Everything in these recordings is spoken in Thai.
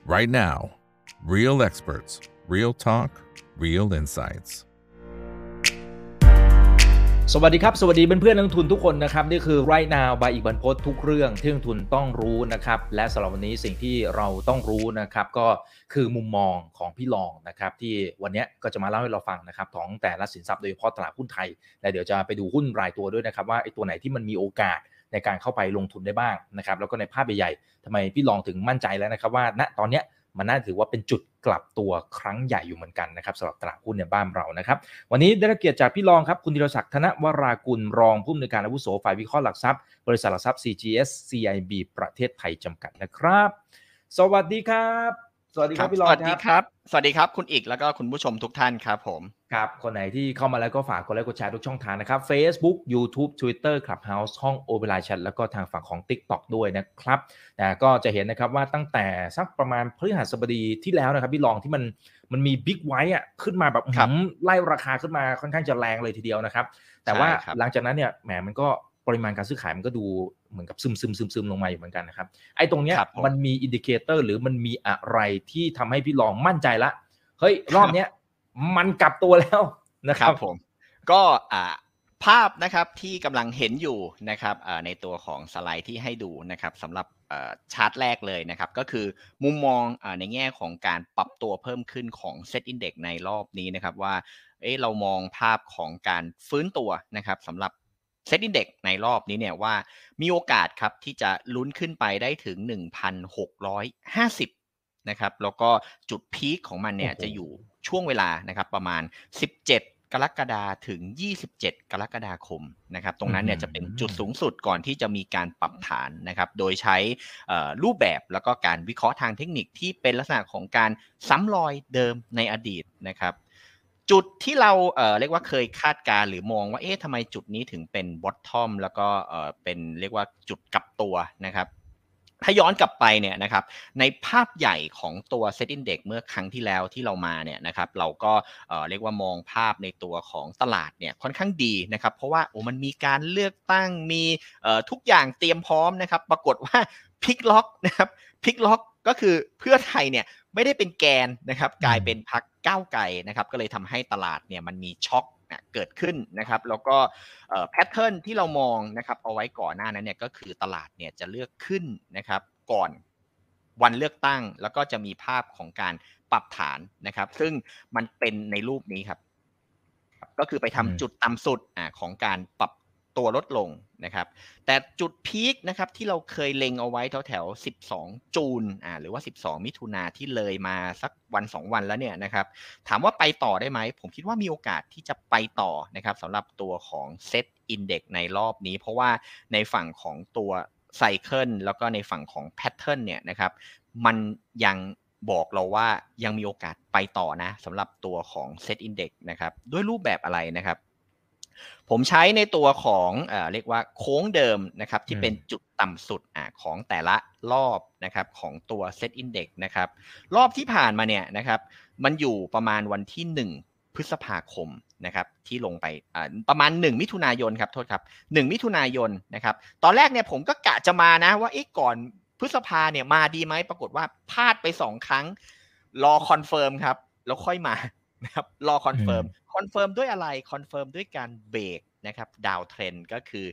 right now. Real experts, real talk, real insights. สวัสดีครับสวัสดีเพื่อนๆนักลงทุนทุกคนนะครับนี่คือ Right Now by อีกบรรพตทุกเรื่องที่นักลงทุนต้องรู้นะครับและสำหรับวันนี้สิ่งที่เราต้องรู้นะครับก็คือมุมมองของพี่รองนะครับที่วันนี้ก็จะมาเล่าให้เราฟังนะครับของแต่ละสินทรัพย์โดยเฉพาะตลาดหุ้นไทยและเดี๋ยวจะไปดูหุ้นรายตัวด้วยนะครับว่าไอ้ตัวไหนที่มันมีโอกาสในการเข้าไปลงทุนได้บ้างนะครับแล้วก็ในภาพใหญ่ๆทำไมพี่รองถึงมั่นใจแล้วนะครับว่าณตอนนี้มันน่าถือว่าเป็นจุดกลับตัวครั้งใหญ่อยู่เหมือนกันนะครับสำหรับตลาดหุ้นในบ้านเรานะครับวันนี้ได้รับเกียรติจากพี่รองครับคุณธีรศักดิ์ธนวรากุลรองผู้อำนวยการอาวุโสฝ่ายวิเคราะห์หลักทรัพย์บริษัทหลักทรัพย์ CGS CIB ประเทศไทยจำกัดนะครับสวัสดีครับสวัสดีครับพี่รองครับสวัสดีครับคุณอีกแล้วก็คุณผู้ชมทุกท่านครับผมครับคนไหนที่เข้ามาแล้วก็ฝากกดไลค์กดแชร์ทุกช่องทางนะครับ Facebook YouTube Twitter Clubhouse ห้อง Overline Chat แล้วก็ทางฝั่งของ TikTok ด้วยนะครับก็จะเห็นนะครับว่าตั้งแต่สักประมาณพฤหัสบดีที่แล้วนะครับพี่รองที่มันมี Big White ขึ้นมาแบบไล่ราคาขึ้นมาค่อนข้างจะแรงเลยทีเดียวนะครับแต่ว่าหลังจากนั้นเนี่ยแหมมันก็ปริมาณการซื้อขายมันก็ดูเหมือนกับซึมลงมาอยู่เหมือนกันนะครับไอ้ตรงเนี้ยมันมีอินดิเคเตอร์หรือมันมีอะไรที่ทำให้พี่รองมั่นใจละเฮ้ยรอบเนี้ยมันกลับตัวแล้วนะครับผมก็ภาพนะครับที่กำลังเห็นอยู่นะครับในตัวของสไลด์ที่ให้ดูนะครับสำหรับชาร์ตแรกเลยนะครับก็คือมุมมองในแง่ของการปรับตัวเพิ่มขึ้นของ Set Index ในรอบนี้นะครับว่าเรามองภาพของการฟื้นตัวนะครับสำหรับSet Index ในรอบนี้เนี่ยว่ามีโอกาสครับที่จะลุ้นขึ้นไปได้ถึง 1,650 นะครับแล้วก็จุดพีคของมันเนี่ยจะอยู่ช่วงเวลานะครับประมาณ17กรกฎาคมถึง27กรกฎาคมนะครับตรงนั้นเนี่ยจะเป็นจุดสูงสุดก่อนที่จะมีการปรับฐานนะครับโดยใช้รูปแบบแล้วก็การวิเคราะห์ทางเทคนิคที่เป็นลักษณะของการซ้ำรอยเดิมในอดีตนะครับจุดที่เราเรียกว่าเคยคาดการหรือมองว่าทำไมจุดนี้ถึงเป็นบอททอมแล้วก็เป็นเรียกว่าจุดกลับตัวนะครับถ้าย้อนกลับไปเนี่ยนะครับในภาพใหญ่ของตัว Set Index เมื่อครั้งที่แล้วที่เรามาเนี่ยนะครับเราก็เรียกว่ามองภาพในตัวของตลาดเนี่ยค่อนข้างดีนะครับเพราะว่ามันมีการเลือกตั้งมีทุกอย่างเตรียมพร้อมนะครับปรากฏว่าพลิกล็อกนะครับพลิกล็อกก็คือเพื่อไทยเนี่ยไม่ได้เป็นแกนนะครับกลายเป็นพรรคก้าวไกลนะครับก็เลยทำให้ตลาดเนี่ยมันมีช็อคเกิดขึ้นนะครับแล้วก็แพทเทิร์นที่เรามองนะครับเอาไว้ก่อนหน้านั้นเนี่ยก็คือตลาดเนี่ยจะเลือกขึ้นนะครับก่อนวันเลือกตั้งแล้วก็จะมีภาพของการปรับฐานนะครับซึ่งมันเป็นในรูปนี้ครับก็คือไปทำจุดต่ำสุดของการปรับตัวลดลงนะครับแต่จุดพีคนะครับที่เราเคยเล็งเอาไว้แถว12จูนหรือว่า12มิถุนาที่เลยมาสักวัน2วันแล้วเนี่ยนะครับถามว่าไปต่อได้ไหมผมคิดว่ามีโอกาสที่จะไปต่อนะครับสำหรับตัวของ Set Index ในรอบนี้เพราะว่าในฝั่งของตัวไซเคิลแล้วก็ในฝั่งของแพทเทิร์นเนี่ยนะครับมันยังบอกเราว่ายังมีโอกาสไปต่อนะสำหรับตัวของ Set Index นะครับด้วยรูปแบบอะไรนะครับผมใช้ในตัวของเรียกว่าโค้งเดิมนะครับที่เป็นจุดต่ำสุดของแต่ละรอบนะครับของตัว Set Index นะครับรอบที่ผ่านมาเนี่ยนะครับมันอยู่ประมาณวันที่1พฤษภาคมนะครับที่ลงไปประมาณ1มิถุนายนครับโทษครับ1มิถุนายนนะครับตอนแรกเนี่ยผมก็กะจะมานะว่าก่อนพฤษภาเนี่ยมาดีไหมปรากฏว่าพลาดไป2ครั้งรอคอนเฟิร์มครับแล้วค่อยมานะครับรอคอนเฟิร์มด้วยอะไรคอนเฟิร์มด้วยการเบรกนะครับดาวเทรนด์ก็คือ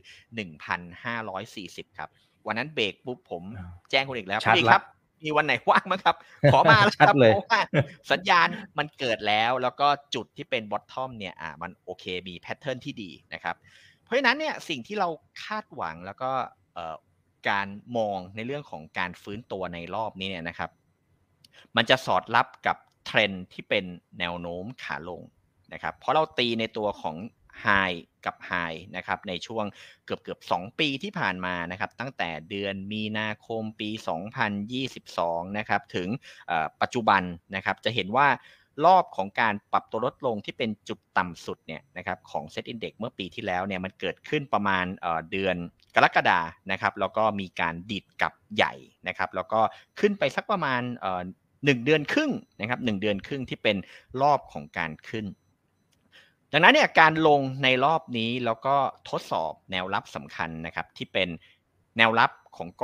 1,540 ครับวันนั้นเบรกปุ๊บผมแจ้งคุณอีกแล้วพี่ครับมีวันไหนว่างมั้งครับขอมาแล้วครับเพราะว่าสัญญาณมันเกิดแล้วก็จุดที่เป็นบอททอมเนี่ยมันโอเคมีแพทเทิร์นที่ดีนะครับเพราะฉะนั้นเนี่ยสิ่งที่เราคาดหวังแล้วก็การมองในเรื่องของการฟื้นตัวในรอบนี้เนี่ยนะครับมันจะสอดรับกับเทรนด์ที่เป็นแนวโน้มขาลงนะครับเพราะเราตีในตัวของไฮกับไฮนะครับในช่วงเกือบ2ปีที่ผ่านมานะครับตั้งแต่เดือนมีนาคมปี2022นะครับถึงปัจจุบันนะครับจะเห็นว่ารอบของการปรับตัวลดลงที่เป็นจุดต่ำสุดเนี่ยนะครับของ Set Index เมื่อปีที่แล้วเนี่ยมันเกิดขึ้นประมาณเดือนกรกฎาคมนะครับแล้วก็มีการดิดกลับใหญ่นะครับแล้วก็ขึ้นไปสักประมาณ1 เดือนครึ่งนะครับ1 เดือนครึ่งที่เป็นรอบของการขึ้นดังนั้นเนี่ยการลงในรอบนี้แล้วก็ทดสอบแนวรับสำคัญนะครับที่เป็นแนวรับของกรอบ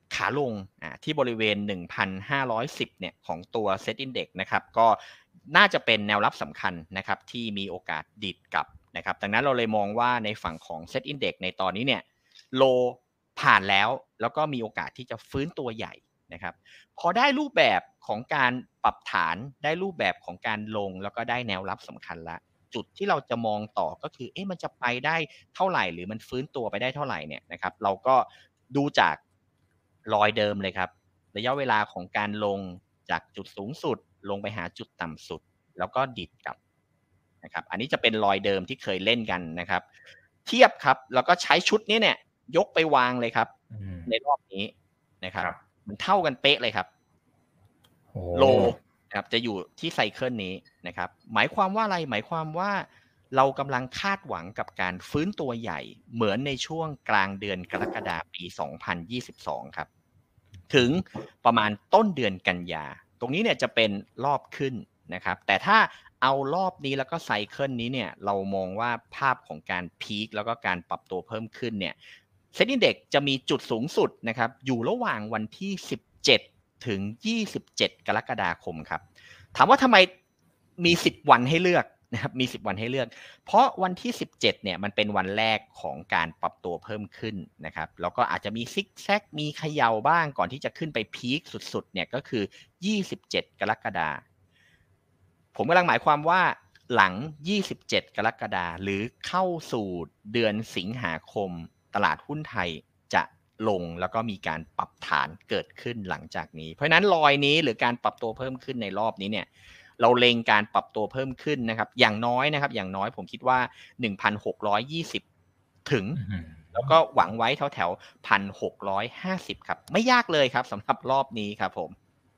ขาลงที่บริเวณ 1,510 เนี่ยของตัว Set Index นะครับก็น่าจะเป็นแนวรับสำคัญนะครับที่มีโอกาสดีดกลับนะครับดังนั้นเราเลยมองว่าในฝั่งของ Set Index ในตอนนี้เนี่ยโลผ่านแล้วก็มีโอกาสที่จะฟื้นตัวใหญ่นะครับพอได้รูปแบบของการปรับฐานได้รูปแบบของการลงแล้วก็ได้แนวรับสำคัญละจุดที่เราจะมองต่อก็คือมันจะไปได้เท่าไหร่หรือมันฟื้นตัวไปได้เท่าไหร่เนี่ยนะครับเราก็ดูจากรอยเดิมเลยครับระยะเวลาของการลงจากจุดสูงสุดลงไปหาจุดต่ำสุดแล้วก็ดิดกลับนะครับอันนี้จะเป็นรอยเดิมที่เคยเล่นกันนะครับเทียบครับแล้วก็ใช้ชุดนี้เนี่ยยกไปวางเลยครับในรอบนี้นะครับมันเท่ากันเป๊ะเลยครับโลนะครับจะอยู่ที่ไซเคิลนี้นะครับหมายความว่าอะไรหมายความว่าเรากำลังคาดหวังกับการฟื้นตัวใหญ่เหมือนในช่วงกลางเดือนกรกฎาคมปี 2022 ครับถึงประมาณต้นเดือนกันยาตรงนี้เนี่ยจะเป็นรอบขึ้นนะครับแต่ถ้าเอารอบนี้แล้วก็ไซเคิลนี้เนี่ยเรามองว่าภาพของการพีคแล้วก็การปรับตัวเพิ่มขึ้นเนี่ยSet Index จะมีจุดสูงสุดนะครับอยู่ระหว่างวันที่17ถึง27กรกฎาคมครับถามว่าทำไมมี10วันให้เลือกนะครับมี10วันให้เลือกเพราะวันที่17เนี่ยมันเป็นวันแรกของการปรับตัวเพิ่มขึ้นนะครับแล้วก็อาจจะมีซิกแซกมีเขย่าบ้างก่อนที่จะขึ้นไปพีคสุดๆเนี่ยก็คือ27กรกฎาคมผมกำลังหมายความว่าหลัง27กรกฎาคมหรือเข้าสู่เดือนสิงหาคมตลาดหุ้นไทยจะลงแล้วก็มีการปรับฐานเกิดขึ้นหลังจากนี้เพราะฉะนั้นรอยนี้หรือการปรับตัวเพิ่มขึ้นในรอบนี้เนี่ยเราเล็งการปรับตัวเพิ่มขึ้นนะครับอย่างน้อยผมคิดว่า 1,620 ถึงแล้วก็หวังไว้แถวๆ 1,650 ครับไม่ยากเลยครับสำหรับรอบนี้ครับผม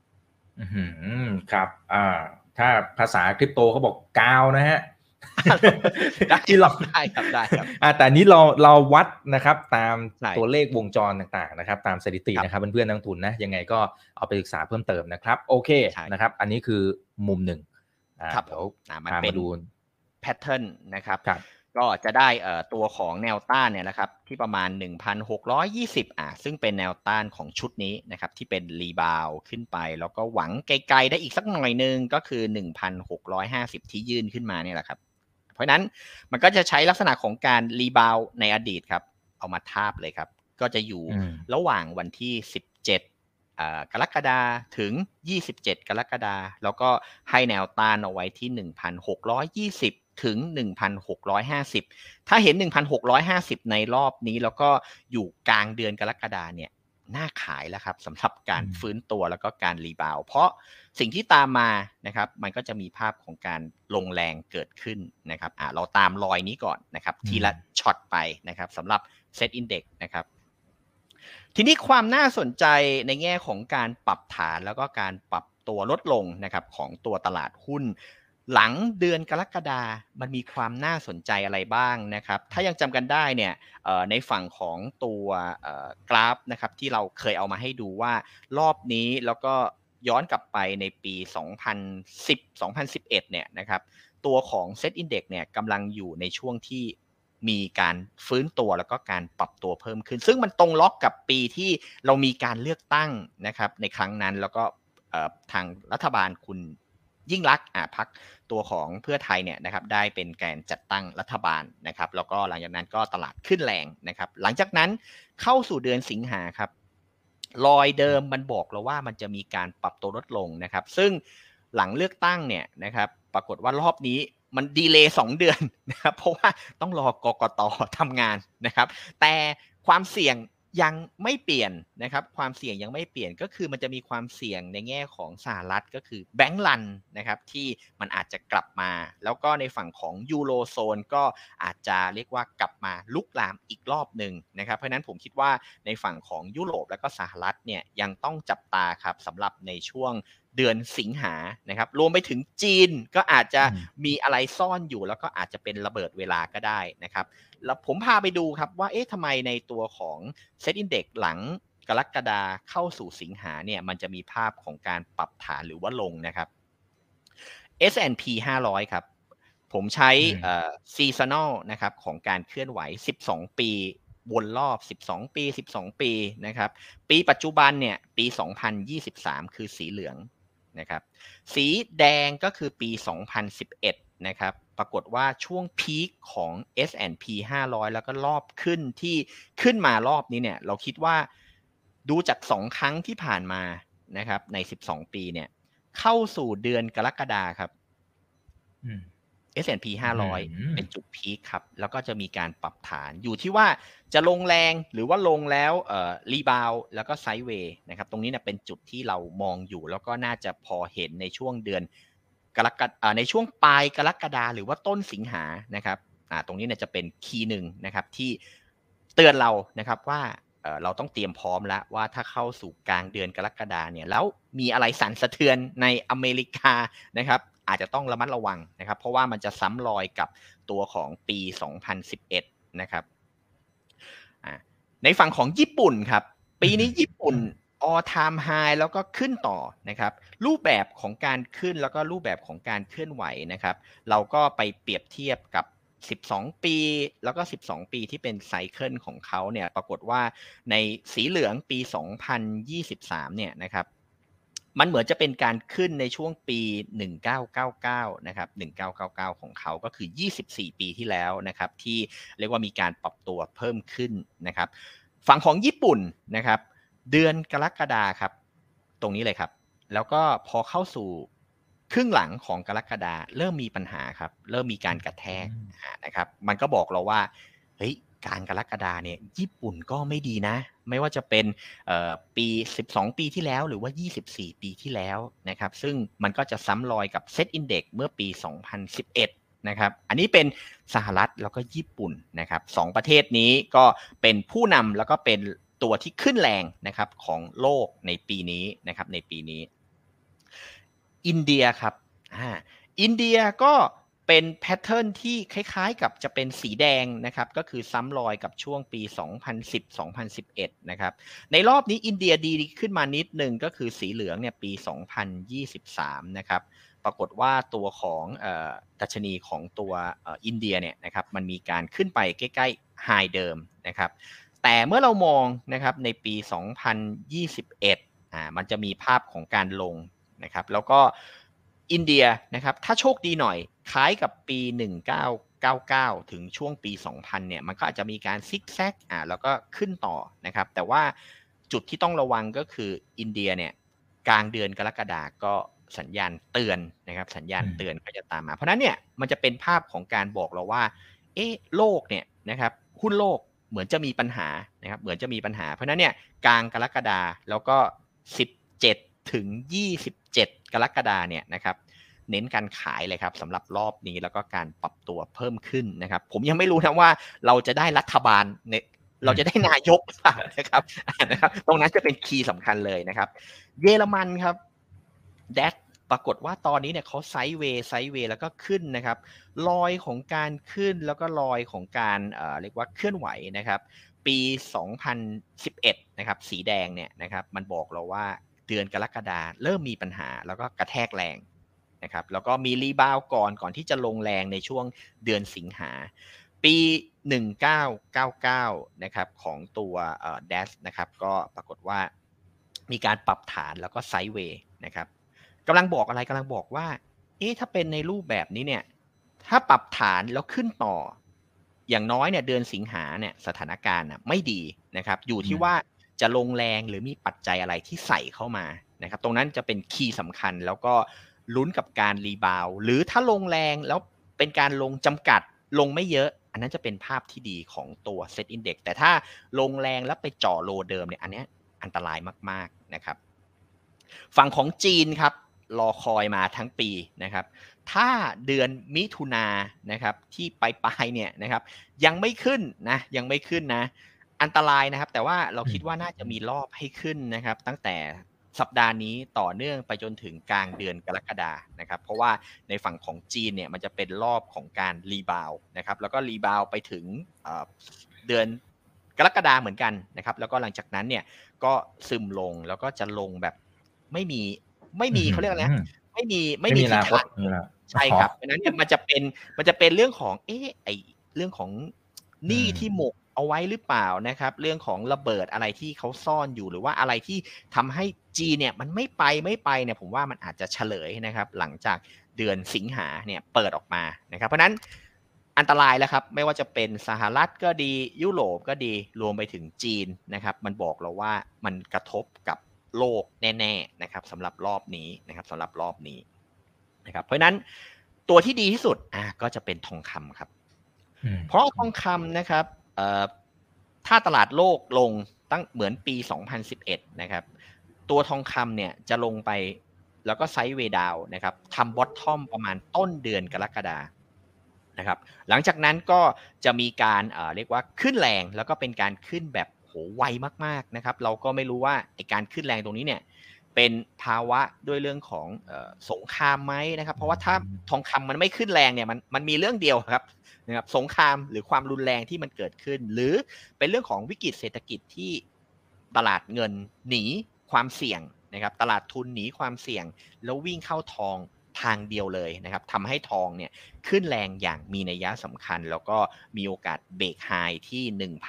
ครับถ้าภาษาคริปโตเขาบอกกาวนะฮะที่เราได้ครับแต่นี้เราวัดนะครับตามตัวเลขวงจรต่างๆนะครับตามสถิตินะครับเพื่อนๆนักทุนนะยังไงก็เอาไปศึกษาเพิ่มเติมนะครับโอเคนะครับอันนี้คือมุมหนึ่งเดี๋ยวมันเป็นดูแพทเทิร์นนะครับก็จะได้ตัวของแนวต้านเนี่ยนะครับที่ประมาณ 1,620 ซึ่งเป็นแนวต้านของชุดนี้นะครับที่เป็นรีบาวขึ้นไปแล้วก็หวังไกลๆได้อีกสักหน่อยนึงก็คือ 1,650 ที่ยื่นขึ้นมาเนี่ยแหละครับเพราะนั้นมันก็จะใช้ลักษณะของการรีบาวในอดีตครับเอามาทาบเลยครับก็จะอยู่ระหว่างวันที่17กรกฎาคมถึง27กรกฎาคมแล้วก็ให้แนวต้านเอาไว้ที่ 1,620 ถึง 1,650 ถ้าเห็น 1,650 ในรอบนี้แล้วก็อยู่กลางเดือนกรกฎาคมเนี่ยน่าขายแล้วครับสำหรับการฟื้นตัวแล้วก็การรีบาวเพราะสิ่งที่ตามมานะครับมันก็จะมีภาพของการลงแรงเกิดขึ้นนะครับเราตามรอยนี้ก่อนนะครับทีละช็อตไปนะครับสำหรับ Set Index นะครับทีนี้ความน่าสนใจในแง่ของการปรับฐานแล้วก็การปรับตัวลดลงนะครับของตัวตลาดหุ้นหลังเดือนกรกฎาคมมันมีความน่าสนใจอะไรบ้างนะครับถ้ายังจำกันได้เนี่ยในฝั่งของตัวกราฟนะครับที่เราเคยเอามาให้ดูว่ารอบนี้แล้วก็ย้อนกลับไปในปี 2010-2011 เนี่ยนะครับตัวของ Set Index เนี่ยกำลังอยู่ในช่วงที่มีการฟื้นตัวแล้วก็การปรับตัวเพิ่มขึ้นซึ่งมันตรงล็อกกับปีที่เรามีการเลือกตั้งนะครับในครั้งนั้นแล้วก็ทางรัฐบาลคุณยิ่งลักษณ์พรรคตัวของเพื่อไทยเนี่ยนะครับได้เป็นแกนจัดตั้งรัฐบาลนะครับแล้วก็หลังจากนั้นก็ตลาดขึ้นแรงนะครับหลังจากนั้นเข้าสู่เดือนสิงหาครับรอยเดิมมันบอกเราว่ามันจะมีการปรับตัวลดลงนะครับซึ่งหลังเลือกตั้งเนี่ยนะครับปรากฏว่ารอบนี้มันดีเลย์2 เดือนนะครับเพราะว่าต้องรอกกต.ทำงานนะครับแต่ความเสี่ยงยังไม่เปลี่ยนนะครับความเสี่ยงยังไม่เปลี่ยนก็คือมันจะมีความเสี่ยงในแง่ของสหรัฐก็คือแบงก์รันนะครับที่มันอาจจะกลับมาแล้วก็ในฝั่งของยูโรโซนก็อาจจะเรียกว่ากลับมาลุกลามอีกรอบหนึ่งนะครับเพราะฉะนั้นผมคิดว่าในฝั่งของยุโรปและก็สหรัฐเนี่ยยังต้องจับตาครับสำหรับในช่วงเดือนสิงหานะครับรวมไปถึงจีนก็อาจจะมีอะไรซ่อนอยู่แล้วก็อาจจะเป็นระเบิดเวลาก็ได้นะครับแล้วผมพาไปดูครับว่าทำไมในตัวของ Set Index หลังกรกฎาคมเข้าสู่สิงหาเนี่ยมันจะมีภาพของการปรับฐานหรือว่าลงนะครับ S&P 500ครับผมใช้seasonal นะครับของการเคลื่อนไหว12 ปีวนรอบ12ปี12ปีนะครับปีปัจจุบันเนี่ยปี2023คือสีเหลืองนะครับสีแดงก็คือปี2011นะครับปรากฏว่าช่วงพีคของ S&P 500แล้วก็รอบขึ้นที่ขึ้นมารอบนี้เนี่ยเราคิดว่าดูจาก2ครั้งที่ผ่านมานะครับใน12ปีเนี่ยเข้าสู่เดือนกรกฎาคมครับS&P 500เป็นจุดพีคครับแล้วก็จะมีการปรับฐานอยู่ที่ว่าจะลงแรงหรือว่าลงแล้วรีบาวแล้วก็ไซด์เวย์นะครับตรงนี้เนี่ยเป็นจุดที่เรามองอยู่แล้วก็น่าจะพอเห็นในช่วงเดือนในช่วงปลายกรกฎาหรือว่าต้นสิงหานะครับตรงนี้เนี่ยจะเป็นคีย์หนึ่งนะครับที่เตือนเรานะครับว่าเราต้องเตรียมพร้อมแล้วว่าถ้าเข้าสู่กลางเดือนกรกฎาเนี่ยแล้วมีอะไรสั่นสะเทือนในอเมริกานะครับอาจจะต้องระมัดระวังนะครับเพราะว่ามันจะซ้ำรอยกับตัวของปี2011นะครับในฝั่งของญี่ปุ่นครับปีนี้ญี่ปุ่นall time high แล้วก็ขึ้นต่อนะครับรูปแบบของการขึ้นแล้วก็รูปแบบของการเคลื่อนไหวนะครับเราก็ไปเปรียบเทียบกับ12ปีแล้วก็12ปีที่เป็นไซเคิลของเขาเนี่ยปรากฏว่าในสีเหลืองปี2023เนี่ยนะครับมันเหมือนจะเป็นการขึ้นในช่วงปี1999นะครับ1999ของเขาก็คือ24ปีที่แล้วนะครับที่เรียกว่ามีการปรับตัวเพิ่มขึ้นนะครับฝั่งของญี่ปุ่นนะครับเดือนกรกฎาคมครับตรงนี้เลยครับแล้วก็พอเข้าสู่ครึ่งหลังของกรกฎาคมเริ่มมีปัญหาครับเริ่มมีการกระแทกนะครับมันก็บอกเราว่าเฮ้ยการกรกฎาเนี่ยญี่ปุ่นก็ไม่ดีนะไม่ว่าจะเป็นปี12ปีที่แล้วหรือว่า24ปีที่แล้วนะครับซึ่งมันก็จะซ้ำรอยกับ Set Index เมื่อปี2011นะครับอันนี้เป็นสหรัฐแล้วก็ญี่ปุ่นนะครับ2ประเทศนี้ก็เป็นผู้นำแล้วก็เป็นตัวที่ขึ้นแรงนะครับของโลกในปีนี้นะครับในปีนี้อินเดียครับอินเดียก็เป็นแพทเทิร์นที่คล้ายๆกับจะเป็นสีแดงนะครับก็คือซ้ำรอยกับช่วงปี2010-2011นะครับในรอบนี้อินเดียดีขึ้นมานิดนึงก็คือสีเหลืองเนี่ยปี2023นะครับปรากฏว่าตัวของดัชนีของตัวอินเดียเนี่ยนะครับมันมีการขึ้นไปใกล้ๆไฮเดิมนะครับแต่เมื่อเรามองนะครับในปี2021มันจะมีภาพของการลงนะครับแล้วก็อินเดียนะครับถ้าโชคดีหน่อยคล้ายกับปี1999ถึงช่วงปี2000เนี่ยมันก็อาจจะมีการซิกแซกแล้วก็ขึ้นต่อนะครับแต่ว่าจุดที่ต้องระวังก็คืออินเดียเนี่ยกลางเดือนกรกฎาคมก็สัญญาณเตือนนะครับสัญญาณเตือนก็จะตามมาเพราะนั้นเนี่ยมันจะเป็นภาพของการบอกเราว่าโลกเนี่ยนะครับหุ้นโลกเหมือนจะมีปัญหานะครับเหมือนจะมีปัญหาเพราะนั้นเนี่ยกลางกรกฎาคมแล้วก็17ถึง27กรกฎาคมเนี่ยนะครับเน้นการขายเลยครับสำหรับรอบนี้แล้วก็การปรับตัวเพิ่มขึ้นนะครับผมยังไม่รู้นะว่าเราจะได้รัฐบาลเราจะได้นายกนะครับตรงนั้นจะเป็นคีย์สำคัญเลยนะครับเยอรมันครับแดชปรากฏว่าตอนนี้เนี่ยเขาไซด์เวย์แล้วก็ขึ้นนะครับรอยของการขึ้นแล้วก็รอยของการเรียกว่าเคลื่อนไหวนะครับปี2011นะครับสีแดงเนี่ยนะครับมันบอกเราว่าเดือนกรกฎาคมเริ่มมีปัญหาแล้วก็กระแทกแรงนะครับแล้วก็มีรีบาวก่อนที่จะลงแรงในช่วงเดือนสิงหาปี1999นะครับของตัวDAX นะครับก็ปรากฏว่ามีการปรับฐานแล้วก็ไซด์เวย์นะครับกำลังบอกอะไรกำลังบอกว่าถ้าเป็นในรูปแบบนี้เนี่ยถ้าปรับฐานแล้วขึ้นต่ออย่างน้อยเนี่ยเดือนสิงหาเนี่ยสถานการณ์ไม่ดีนะครับอยู่ที่ว่าจะลงแรงหรือมีปัจจัยอะไรที่ใส่เข้ามานะครับตรงนั้นจะเป็นคีย์สำคัญแล้วก็ลุ้นกับการรีบาวหรือถ้าลงแรงแล้วเป็นการลงจำกัดลงไม่เยอะอันนั้นจะเป็นภาพที่ดีของตัว Set Index แต่ถ้าลงแรงแล้วไปจ่อโลเดิมเนี่ยอันนี้อันตรายมากๆนะครับฝั่งของจีนครับรอคอยมาทั้งปีนะครับถ้าเดือนมิถุนายนนะครับที่ปลายเนี่ยนะครับยังไม่ขึ้นนะอันตรายนะครับแต่ว่าเราคิดว่าน่าจะมีรอบให้ขึ้นนะครับตั้งแต่สัปดาห์นี้ต่อเนื่องไปจนถึงกลางเดือนกรกฎาคมนะครับเพราะว่าในฝั่งของจีนเนี่ยมันจะเป็นรอบของการรีบาวนะครับแล้วก็รีบาวไปถึงเดือนกรกฎาคมเหมือนกันนะครับแล้วก็หลังจากนั้นเนี่ยก็ซึมลงแล้วก็จะลงแบบไม่มีเขาเรียกอะไรนะไม่มีทิศทางใช่ครับเพราะนั้นเนี่ยมันจะเป็นเรื่องของไอเรื่องของหนี้ที่หมกเอาไว้หรือเปล่านะครับเรื่องของระเบิดอะไรที่เขาซ่อนอยู่หรือว่าอะไรที่ทำให้จีนเนี่ยมันไม่ไปเนี่ยผมว่ามันอาจจะเฉลยนะครับหลังจากเดือนสิงหาเนี่ยเปิดออกมานะครับเพราะนั้นอันตรายแล้วครับไม่ว่าจะเป็นสหรัฐก็ดียุโรปก็ดีรวมไปถึงจีนนะครับมันบอกเราว่ามันกระทบกับโลกแน่ๆนะครับสำหรับรอบนี้นะครับสำหรับรอบนี้นะครับเพราะนั้นตัวที่ดีที่สุดก็จะเป็นทองคำครับเพราะทองคำนะครับถ้าตลาดโลกลงตั้งเหมือนปี 2011 นะครับตัวทองคำเนี่ยจะลงไปแล้วก็ไซด์เวย์ดาวน์นะครับทำบอททอมประมาณต้นเดือนกรกฎาคมนะครับหลังจากนั้นก็จะมีการเรียกว่าขึ้นแรงแล้วก็เป็นการขึ้นแบบโหไวมากๆนะครับเราก็ไม่รู้ว่าไอ้การขึ้นแรงตรงนี้เนี่ยเป็นภาวะด้วยเรื่องของสงครามไหมนะครับเพราะว่าถ้าทองคำมันไม่ขึ้นแรงเนี่ยมันมีเรื่องเดียวครับนะครับสงครามหรือความรุนแรงที่มันเกิดขึ้นหรือเป็นเรื่องของวิกฤตเศรษฐกิจที่ตลาดเงินหนีความเสี่ยงนะครับตลาดทุนหนีความเสี่ยงแล้ววิ่งเข้าทองทางเดียวเลยนะครับทำให้ทองเนี่ยขึ้นแรงอย่างมีนัยสำคัญแล้วก็มีโอกาสเบรกไฮที่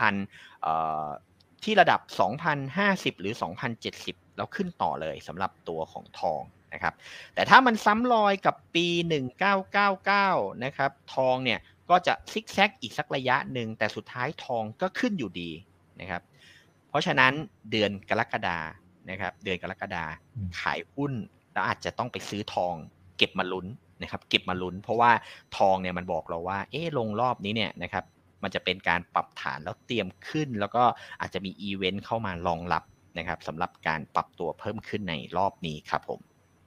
1,000 ที่ระดับ 2,050 หรือ 2,070 แล้วขึ้นต่อเลยสำหรับตัวของทองนะครับแต่ถ้ามันซ้ำรอยกับปี 1999 นะครับทองเนี่ยก็จะซิกแซกอีกสักระยะหนึ่งแต่สุดท้ายทองก็ขึ้นอยู่ดีนะครับเพราะฉะนั้นเดือนกรกฎานะครับเดือนกรกฎาขายหุ้นแล้วอาจจะต้องไปซื้อทองเก็บมาลุ้นนะครับเก็บมาลุ้นเพราะว่าทองเนี่ยมันบอกเราว่าลงรอบนี้เนี่ยนะครับมันจะเป็นการปรับฐานแล้วเตรียมขึ้นแล้วก็อาจจะมีอีเวนต์เข้ามารองรับนะครับสำหรับการปรับตัวเพิ่มขึ้นในรอบนี้ครับผม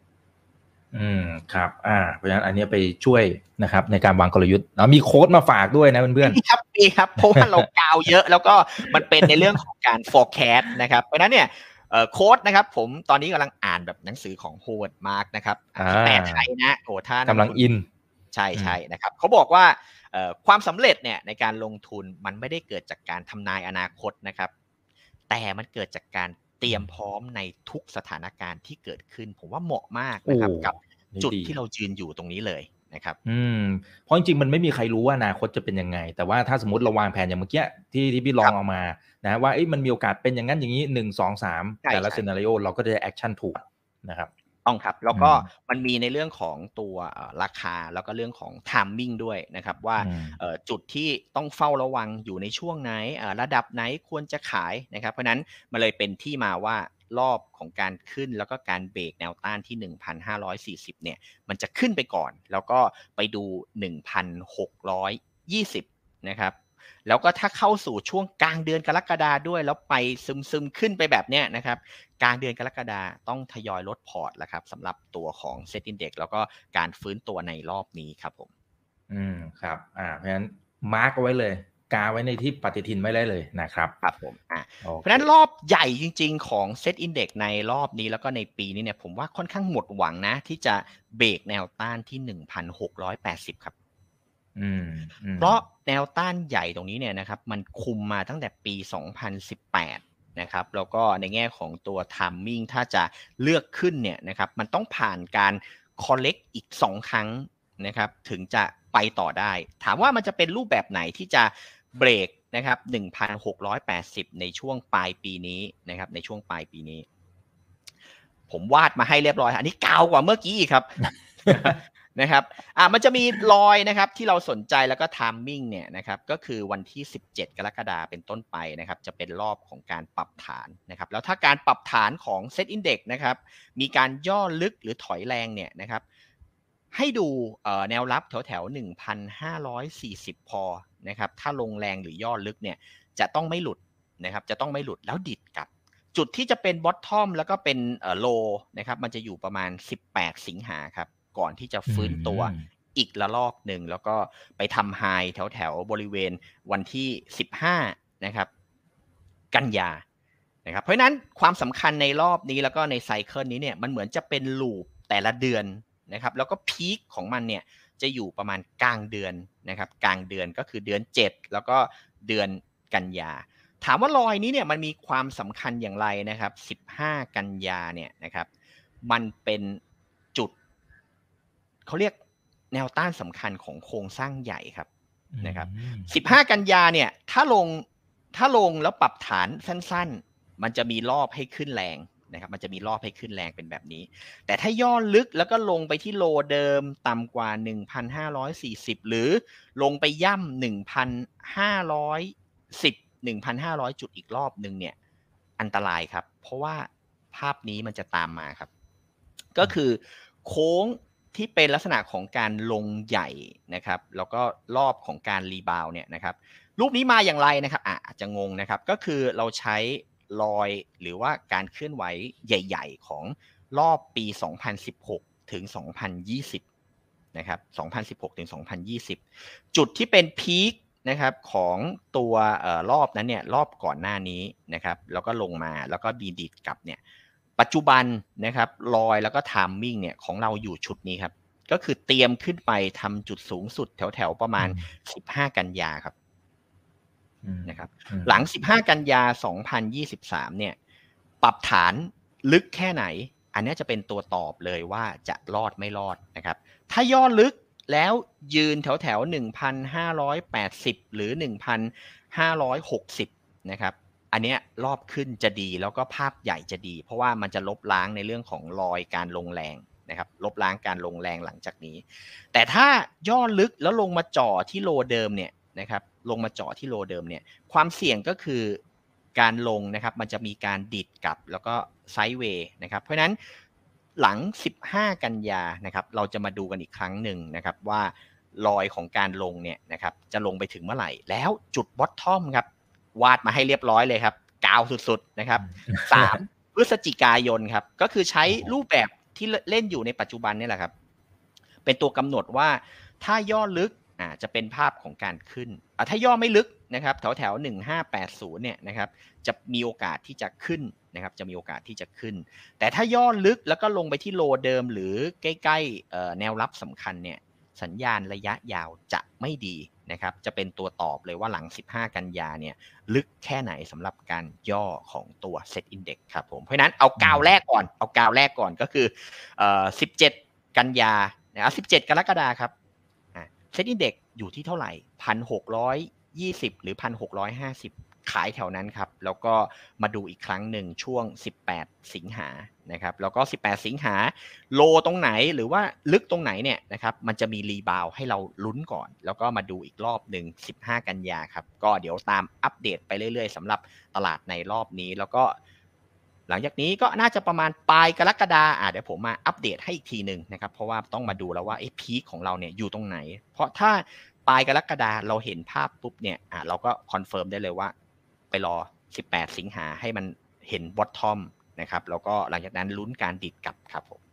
ครับเพราะฉะนั้นอันนี้ไปช่วยนะครับในการวางกลยุทธ์มีโค้ดมาฝากด้วยนะเพื่อนๆครับเพราะว่าเรากาวเยอะแล้วก็มันเป็นในเรื่องของการ forecast นะครับเพราะนั้นเนี่ยโค้ดนะครับผมตอนนี้กำลังอ่านแบบหนังสือของ Howard Marks นะครับที่แปลไทยนะท่านกำลังอินใช่นะครับเขาบอกว่าความสำเร็จเนี่ยในการลงทุนมันไม่ได้เกิดจากการทำนายอนาคตนะครับแต่มันเกิดจากการเตรียมพร้อมในทุกสถานการณ์ที่เกิดขึ้นผมว่าเหมาะมากนะครับกับจุดที่เรายืนอยู่ตรงนี้เลยนะครับเพราะจริงๆมันไม่มีใครรู้ว่าอนาคตจะเป็นยังไงแต่ว่าถ้าสมมติเราวางแผนอย่างเมื่อกี้ที่พี่ลองเอามานะว่ามันมีโอกาสเป็นอย่างนั้นอย่างนี้1 2 3แต่ละซีนาริโอเราก็จะแอคชั่นถูกนะครับต้องครับแล้วก็มันมีในเรื่องของตัวราคาแล้วก็เรื่องของไทมิ่งด้วยนะครับว่าจุดที่ต้องเฝ้าระวังอยู่ในช่วงไหนระดับไหนควรจะขายนะครับเพราะนั้นมันเลยเป็นที่มาว่ารอบของการขึ้นแล้วก็การเบรกแนวต้านที่ 1,540 เนี่ยมันจะขึ้นไปก่อนแล้วก็ไปดู 1,620 นะครับแล้วก็ถ้าเข้าสู่ช่วงกลางเดือนกรกฎาด้วยแล้วไปซึมขึ้นไปแบบเนี้ยนะครับกลางเดือนกรกฎาต้องทยอยลดพอร์ตแล้วครับสำหรับตัวของ Set Index แล้วก็การฟื้นตัวในรอบนี้ครับผมครับเพราะฉะนั้นมาร์กเอาไว้เลยกาไว้ในที่ปฏิทินไว้ได้เลยนะครับครับผมเพราะฉะนั้นรอบใหญ่จริงๆของ Set Index ในรอบนี้แล้วก็ในปีนี้เนี่ยผมว่าค่อนข้างหมดหวังนะที่จะเบรกแนวต้านที่ 1,680 ครับเพราะแนวต้านใหญ่ตรงนี้เนี่ยนะครับมันคุมมาตั้งแต่ปี 2018 นะครับแล้วก็ในแง่ของตัว timing ถ้าจะเลือกขึ้นเนี่ยนะครับมันต้องผ่านการ collect อีก2 ครั้งนะครับถึงจะไปต่อได้ถามว่ามันจะเป็นรูปแบบไหนที่จะเบรกนะครับ 1,680 ในช่วงปลายปีนี้นะครับในช่วงปลายปีนี้ผมวาดมาให้เรียบร้อยอันนี้กาวกว่าเมื่อกี้อีกครับ นะครับมันจะมีรอยนะครับที่เราสนใจแล้วก็ timing เนี่ยนะครับก็คือวันที่17 กรกฎาคมเป็นต้นไปนะครับจะเป็นรอบของการปรับฐานนะครับแล้วถ้าการปรับฐานของ Set Index นะครับมีการย่อลึกหรือถอยแรงเนี่ยนะครับให้ดูแนวรับแถว 1,540 พอนะครับถ้าลงแรงหรือย่อลึกเนี่ยจะต้องไม่หลุดนะครับจะต้องไม่หลุดแล้วดิดกลับจุดที่จะเป็น bottom แล้วก็เป็นlow นะครับมันจะอยู่ประมาณ18 สิงหาครับก่อนที่จะฟื้นตัวอีกระลอกหนึ่งแล้วก็ไปทำไฮแถวบริเวณวันที่15นะครับกันยานะครับเพราะฉะนั้นความสำคัญในรอบนี้แล้วก็ในไซเคิลนี้เนี่ยมันเหมือนจะเป็นลูปแต่ละเดือนนะครับแล้วก็พีคของมันเนี่ยจะอยู่ประมาณกลางเดือนนะครับกลางเดือนก็คือเดือน7แล้วก็เดือนกันยาถามว่ารอยนี้เนี่ยมันมีความสำคัญอย่างไรนะครับ15 กันยาเนี่ยนะครับมันเป็นจุดเขาเรียกแนวต้านสำคัญของโครงสร้างใหญ่ครับนะครับ15กันยาเนี่ยถ้าลงแล้วปรับฐานสั้นๆมันจะมีรอบให้ขึ้นแรงนะครับมันจะมีรอบให้ขึ้นแรงเป็นแบบนี้แต่ถ้าย่อลึกแล้วก็ลงไปที่โลเดิมต่ำกว่า 1,540 หรือลงไปย่ำ 1,510 1,500 จุดอีกรอบนึงเนี่ยอันตรายครับเพราะว่าภาพนี้มันจะตามมาครับก็คือโค้งที่เป็นลักษณะของการลงใหญ่นะครับแล้วก็รอบของการรีบาวเนี่ยนะครับรูปนี้มาอย่างไรนะครับอาจจะงงนะครับก็คือเราใช้รอยหรือว่าการเคลื่อนไหวใหญ่ๆของรอบปี 2016 ถึง 2020 นะครับ 2016 ถึง 2020 จุดที่เป็นพีคนะครับของตัวรอบนั้นเนี่ยรอบก่อนหน้านี้นะครับแล้วก็ลงมาแล้วก็ดีดกลับเนี่ยปัจจุบันนะครับรอยแล้วก็ไทม์มิ่งเนี่ยของเราอยู่ชุดนี้ครับก็คือเตรียมขึ้นไปทำจุดสูงสุดแถวๆประมาณ15กันยาครับนะครับหลัง15กันยา2023เนี่ยปรับฐานลึกแค่ไหนอันนี้จะเป็นตัวตอบเลยว่าจะรอดไม่รอดนะครับถ้าย่อลึกแล้วยืนแถว1,580 หรือ 1,560 นะครับอันนี้รอบขึ้นจะดีแล้วก็ภาพใหญ่จะดีเพราะว่ามันจะลบล้างในเรื่องของรอยการลงแรงนะครับลบล้างการลงแรงหลังจากนี้แต่ถ้าย่อลึกแล้วลงมาจ่อที่โลเดิมเนี่ยนะครับลงมาจ่อที่โลเดิมเนี่ยความเสี่ยงก็คือการลงนะครับมันจะมีการดิดกลับแล้วก็ไซด์เวย์นะครับเพราะฉะนั้นหลัง15กันยานะครับเราจะมาดูกันอีกครั้งหนึ่งนะครับว่ารอยของการลงเนี่ยนะครับจะลงไปถึงเมื่อไหร่แล้วจุดบอททอมครับวาดมาให้เรียบร้อยเลยครับกาวสุดๆนะครับ3 พฤศจิกายนครับก็คือใช้รูปแบบที่เล่นอยู่ในปัจจุบันนี่แหละครับเป็นตัวกำหนดว่าถ้าย่อลึกจะเป็นภาพของการขึ้นถ้าย่อไม่ลึกนะครับแถว1580เนี่ยนะครับจะมีโอกาสที่จะขึ้นนะครับจะมีโอกาสที่จะขึ้นแต่ถ้าย่อลึกแล้วก็ลงไปที่โลเดิมหรือใกล้ๆแนวรับสำคัญเนี่ยสัญญาณระยะยาวจะไม่ดีนะครับจะเป็นตัวตอบเลยว่าหลัง15กันยาเนี่ยลึกแค่ไหนสำหรับการย่อของตัว Set Index ครับผมเพราะนั้นเอากาวแรกก่อนก็คือ17กันยา17กรกฎาคมครับSet Index อยู่ที่เท่าไหร่ 1,620 หรือ 1,650 ขายแถวนั้นครับแล้วก็มาดูอีกครั้งหนึ่งช่วง18สิงหานะครับแล้วก็18สิงหาโลตรงไหนหรือว่าลึกตรงไหนเนี่ยนะครับมันจะมีรีบาวให้เราลุ้นก่อนแล้วก็มาดูอีกรอบหนึ่ง15กันยาครับก็เดี๋ยวตามอัปเดตไปเรื่อยๆสำหรับตลาดในรอบนี้แล้วก็หลังจากนี้ก็น่าจะประมาณปลายกรกฎาคมเดี๋ยวผมมาอัปเดตให้อีกทีนึงนะครับเพราะว่าต้องมาดูแล้วว่าพีคของเราเนี่ยอยู่ตรงไหนเพราะถ้าปลายกรกฎาคมเราเห็นภาพปุ๊บเนี่ยเราก็คอนเฟิร์มได้เลยว่าไปรอ18สิงหาให้มันเห็นบอททอมนะครับแล้วก็หลังจากนั้นลุ้นการดิดกลับครับผม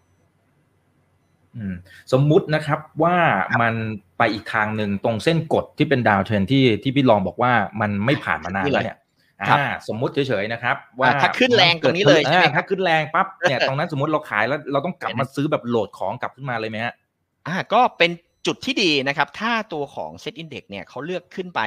สมมุตินะครับว่ามันไปอีกทางหนึ่งตรงเส้นกดที่เป็นดาวเทรนที่พี่ลองบอกว่ามันไม่ผ่านมานานแล้วเนี่ยสมมุติเฉยๆนะครับว่าถ้าขึ้นแรงตรงนี้เลยใช่ไหมถ้าขึ้นแรงปั๊บเนี่ยตรงนั้นสมมติเราขายแล้วเราต้องกลับมาซื้อแบบโหลดของกลับขึ้นมาเลยไหมฮะก็เป็นจุดที่ดีนะครับถ้าตัวของ Set Index เนี่ยเขาเลือกขึ้นไป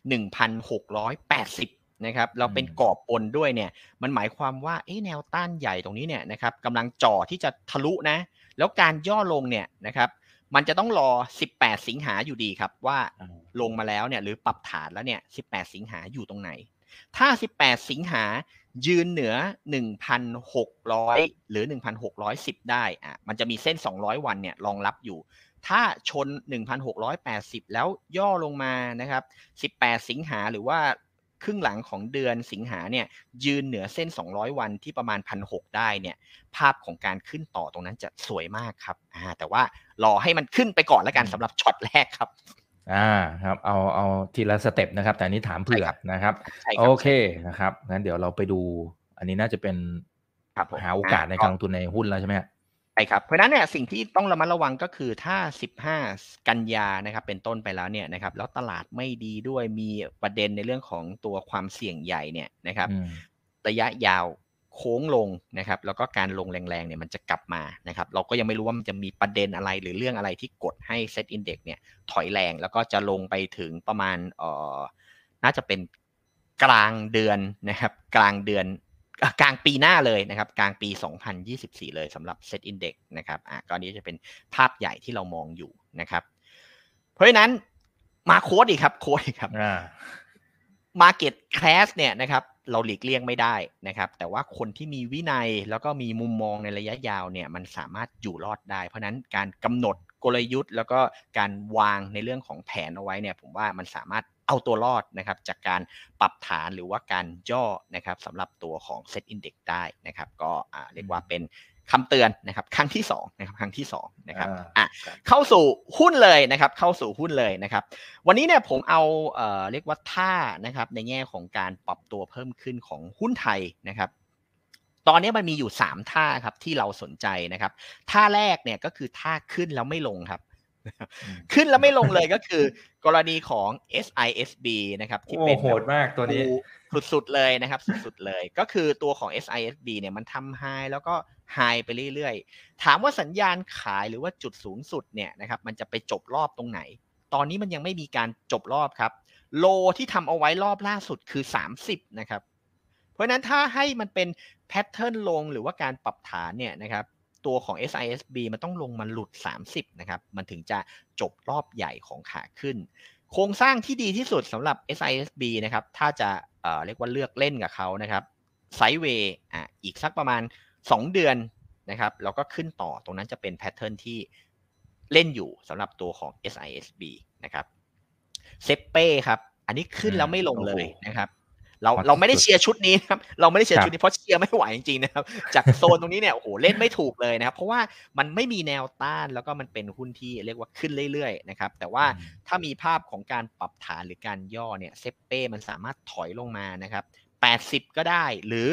1,680 นะครับเราเป็นกรอบบนด้วยเนี่ยมันหมายความว่าแนวต้านใหญ่ตรงนี้เนี่ยนะครับกำลังจ่อที่จะทะลุนะแล้วการย่อลงเนี่ยนะครับมันจะต้องรอ18สิงหาอยู่ดีครับว่าลงมาแล้วเนี่ยหรือปรับฐานแล้วเนี่ย18สิงหาอยู่ตรงไหนถ้า18สิงหายืนเหนือ 1,600 หรือ 1,610 ได้มันจะมีเส้น200วันเนี่ยรองรับอยู่ถ้าชน 1,680 แล้วย่อลงมานะครับ18สิงหาหรือว่าครึ่งหลังของเดือนสิงหาเนี่ยยืนเหนือเส้น200วันที่ประมาณ 1,600 ได้เนี่ยภาพของการขึ้นต่อตรงนั้นจะสวยมากครับแต่ว่ารอให้มันขึ้นไปก่อนแล้วกันสำหรับช็อตแรกครับครับเอาทีละสเต็ปนะครับแต่อันนี้ถามเผื่อนะครับโอเคนะครับงั้นเดี๋ยวเราไปดูอันนี้น่าจะเป็นหาโอกาสในการลงทุนในหุ้นแล้วใช่ไหมใช่ครับเพราะนั้นเนี่ยสิ่งที่ต้องระมัดระวังก็คือถ้า15กันยานะครับเป็นต้นไปแล้วเนี่ยนะครับแล้วตลาดไม่ดีด้วยมีประเด็นในเรื่องของตัวความเสี่ยงใหญ่เนี่ยนะครับระยะยาวโค้งลงนะครับแล้วก็การลงแรงๆเนี่ยมันจะกลับมานะครับเราก็ยังไม่รู้ว่ามันจะมีประเด็นอะไรหรือเรื่องอะไรที่กดให้ Set Index เนี่ยถอยแรงแล้วก็จะลงไปถึงประมาณน่าจะเป็นกลางเดือนนะครับกลางปีหน้าเลยนะครับกลางปี2024เลยสำหรับ Set Index นะครับก็นี้จะเป็นภาพใหญ่ที่เรามองอยู่นะครับเพราะฉะนั้นมาโค้ดอีกครับโค้ดอีกครับ Market Crash เนี่ยนะครับเราหลีกเลี่ยงไม่ได้นะครับแต่ว่าคนที่มีวินัยแล้วก็มีมุมมองในระยะยาวเนี่ยมันสามารถอยู่รอดได้เพราะนั้นการกำหนดกลยุทธ์แล้วก็การวางในเรื่องของแผนเอาไว้เนี่ยผมว่ามันสามารถเอาตัวรอดนะครับจากการปรับฐานหรือว่าการย่อนะครับสำหรับตัวของ Set Index ได้นะครับก็เรียกว่าเป็นคำเตือนนะครับครั้งที่2นะครับครั้งที่2นะครับเข้าสู่หุ้นเลยนะครับเข้าสู่หุ้นเลยนะครับวันนี้เนี่ยผมเอาเรียกว่าท่านะครับในแง่ของการปรับตัวเพิ่มขึ้นของหุ้นไทยนะครับตอนนี้มันมีอยู่3ท่าครับที่เราสนใจนะครับท่าแรกเนี่ยก็คือท่าขึ้นแล้วไม่ลงครับขึ้นแล้วไม่ลงเลยก็คือกรณีของ SISB นะครับที่เป็นโหดมากตัวนี้สุดๆเลยนะครับสุดๆเลยก็คือตัวของ SISB เนี่ยมันทำไฮแล้วก็ไฮไปเรื่อยๆถามว่าสัญญาณขายหรือว่าจุดสูงสุดเนี่ยนะครับมันจะไปจบรอบตรงไหนตอนนี้มันยังไม่มีการจบรอบครับโลที่ทำเอาไว้รอบล่าสุดคือ30นะครับเพราะนั้นถ้าให้มันเป็นแพทเทิร์นลงหรือว่าการปรับฐานเนี่ยนะครับตัวของ SISB มันต้องลงมาหลุด30นะครับมันถึงจะจบรอบใหญ่ของขาขึ้นโครงสร้างที่ดีที่สุดสำหรับ SISB นะครับถ้าจะเรียกว่าเลือกเล่นกับเขานะครับไซด์เวย์อีกสักประมาณ2เดือนนะครับแล้วก็ขึ้นต่อตรงนั้นจะเป็นแพทเทิร์นที่เล่นอยู่สำหรับตัวของ SISB นะครับเซปเป้ครับอันนี้ขึ้นแล้วไม่ลงเลยนะครับเราไม่ได้เชียร์ชุดนี้ครับเราไม่ได้เชียร์ชุดนี้เพราะเชียร์ไม่ไหวจริงๆนะครับจากโซนตรงนี้เนี่ยโอ้โหเล่นไม่ถูกเลยนะครับเพราะว่ามันไม่มีแนวต้านแล้วก็มันเป็นหุ้นที่เรียกว่าขึ้นเรื่อยๆนะครับแต่ว่าถ้ามีภาพของการปรับฐานหรือการย่อเนี่ยเซปเป้มันสามารถถอยลงมานะครับ80ก็ได้หรือ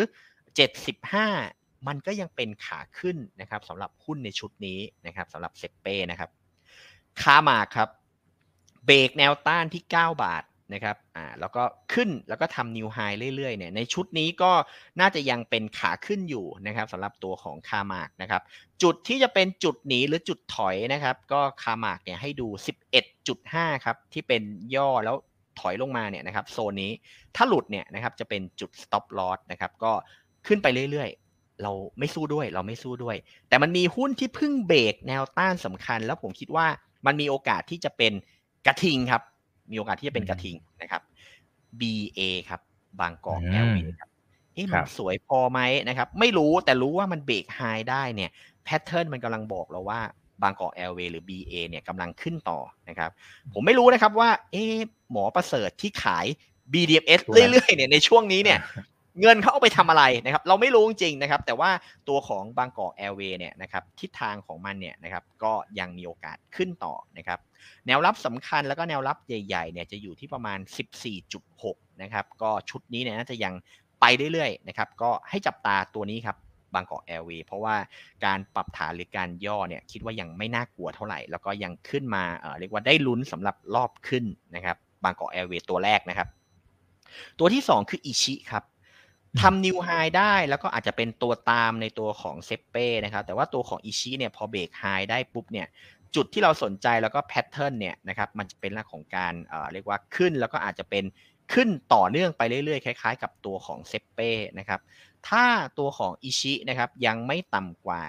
75มันก็ยังเป็นขาขึ้นนะครับสำหรับหุ้นในชุดนี้นะครับสำหรับเซปเป้นะครับคามาครับเบรกแนวต้านที่9 บาทนะครับแล้วก็ขึ้นแล้วก็ทำนิวไฮเรื่อยๆเนี่ยในชุดนี้ก็น่าจะยังเป็นขาขึ้นอยู่นะครับสำหรับตัวของคามาร์กนะครับจุดที่จะเป็นจุดหนีหรือจุดถอยนะครับก็คามาร์กเนี่ยให้ดู 11.5 ครับที่เป็นย่อแล้วถอยลงมาเนี่ยนะครับโซนนี้ถ้าหลุดเนี่ยนะครับจะเป็นจุด stop loss นะครับก็ขึ้นไปเรื่อยๆเราไม่สู้ด้วยแต่มันมีหุ้นที่เพิ่งเบรกแนวต้านสำคัญแล้วผมคิดว่ามันมีโอกาสที่จะเป็นกระทิงครับมีโอกาสที่จะเป็นกระทิงนะครับ BA ครับบางกอกแอร์เวย์ครับมันสวยพอไหมนะครับไม่รู้แต่รู้ว่ามันเบรกไฮได้เนี่ยแพทเทิร์นมันกำลังบอกเราว่าบางกอกแอร์เวย์หรือ BA เนี่ยกำลังขึ้นต่อนะครับผมไม่รู้นะครับว่าหมอประเสริฐที่ขาย BDMs เรื่อยๆเนี่ยในช่วงนี้เนี่ยเงินเขาเอาไปทำอะไรนะครับเราไม่รู้จริงๆนะครับแต่ว่าตัวของบางกอกแอร์เวย์เนี่ยนะครับทิศทางของมันเนี่ยนะครับก็ยังมีโอกาสขึ้นต่อนะครับแนวรับสำคัญแล้วก็แนวรับใหญ่ๆเนี่ยจะอยู่ที่ประมาณ 14.6 นะครับก็ชุดนี้เนี่ยน่าจะยังไปเรื่อยๆนะครับก็ให้จับตาตัวนี้ครับบางกอกแอร์เวย์เพราะว่าการปรับฐานหรือการย่อเนี่ยคิดว่ายังไม่น่ากลัวเท่าไหร่แล้วก็ยังขึ้นมาเรียกว่าได้ลุ้นสำหรับรอบขึ้นนะครับบางกอกแอร์เวย์ตัวแรกนะครับตัวที่2คืออิชิครับทำนิวไฮได้แล้วก็อาจจะเป็นตัวตามในตัวของเซปเป้นะครับแต่ว่าตัวของอิชิเนี่ยพอเบรกไฮได้ปุ๊บเนี่ยจุดที่เราสนใจแล้วก็แพทเทิร์นเนี่ยนะครับมันจะเป็นเรื่องของการเรียกว่าขึ้นแล้วก็อาจจะเป็นขึ้นต่อเนื่องไปเรื่อยๆคล้ายๆกับตัวของเซปเป้นะครับถ้าตัวของอิชินะครับยังไม่ต่ำกว่า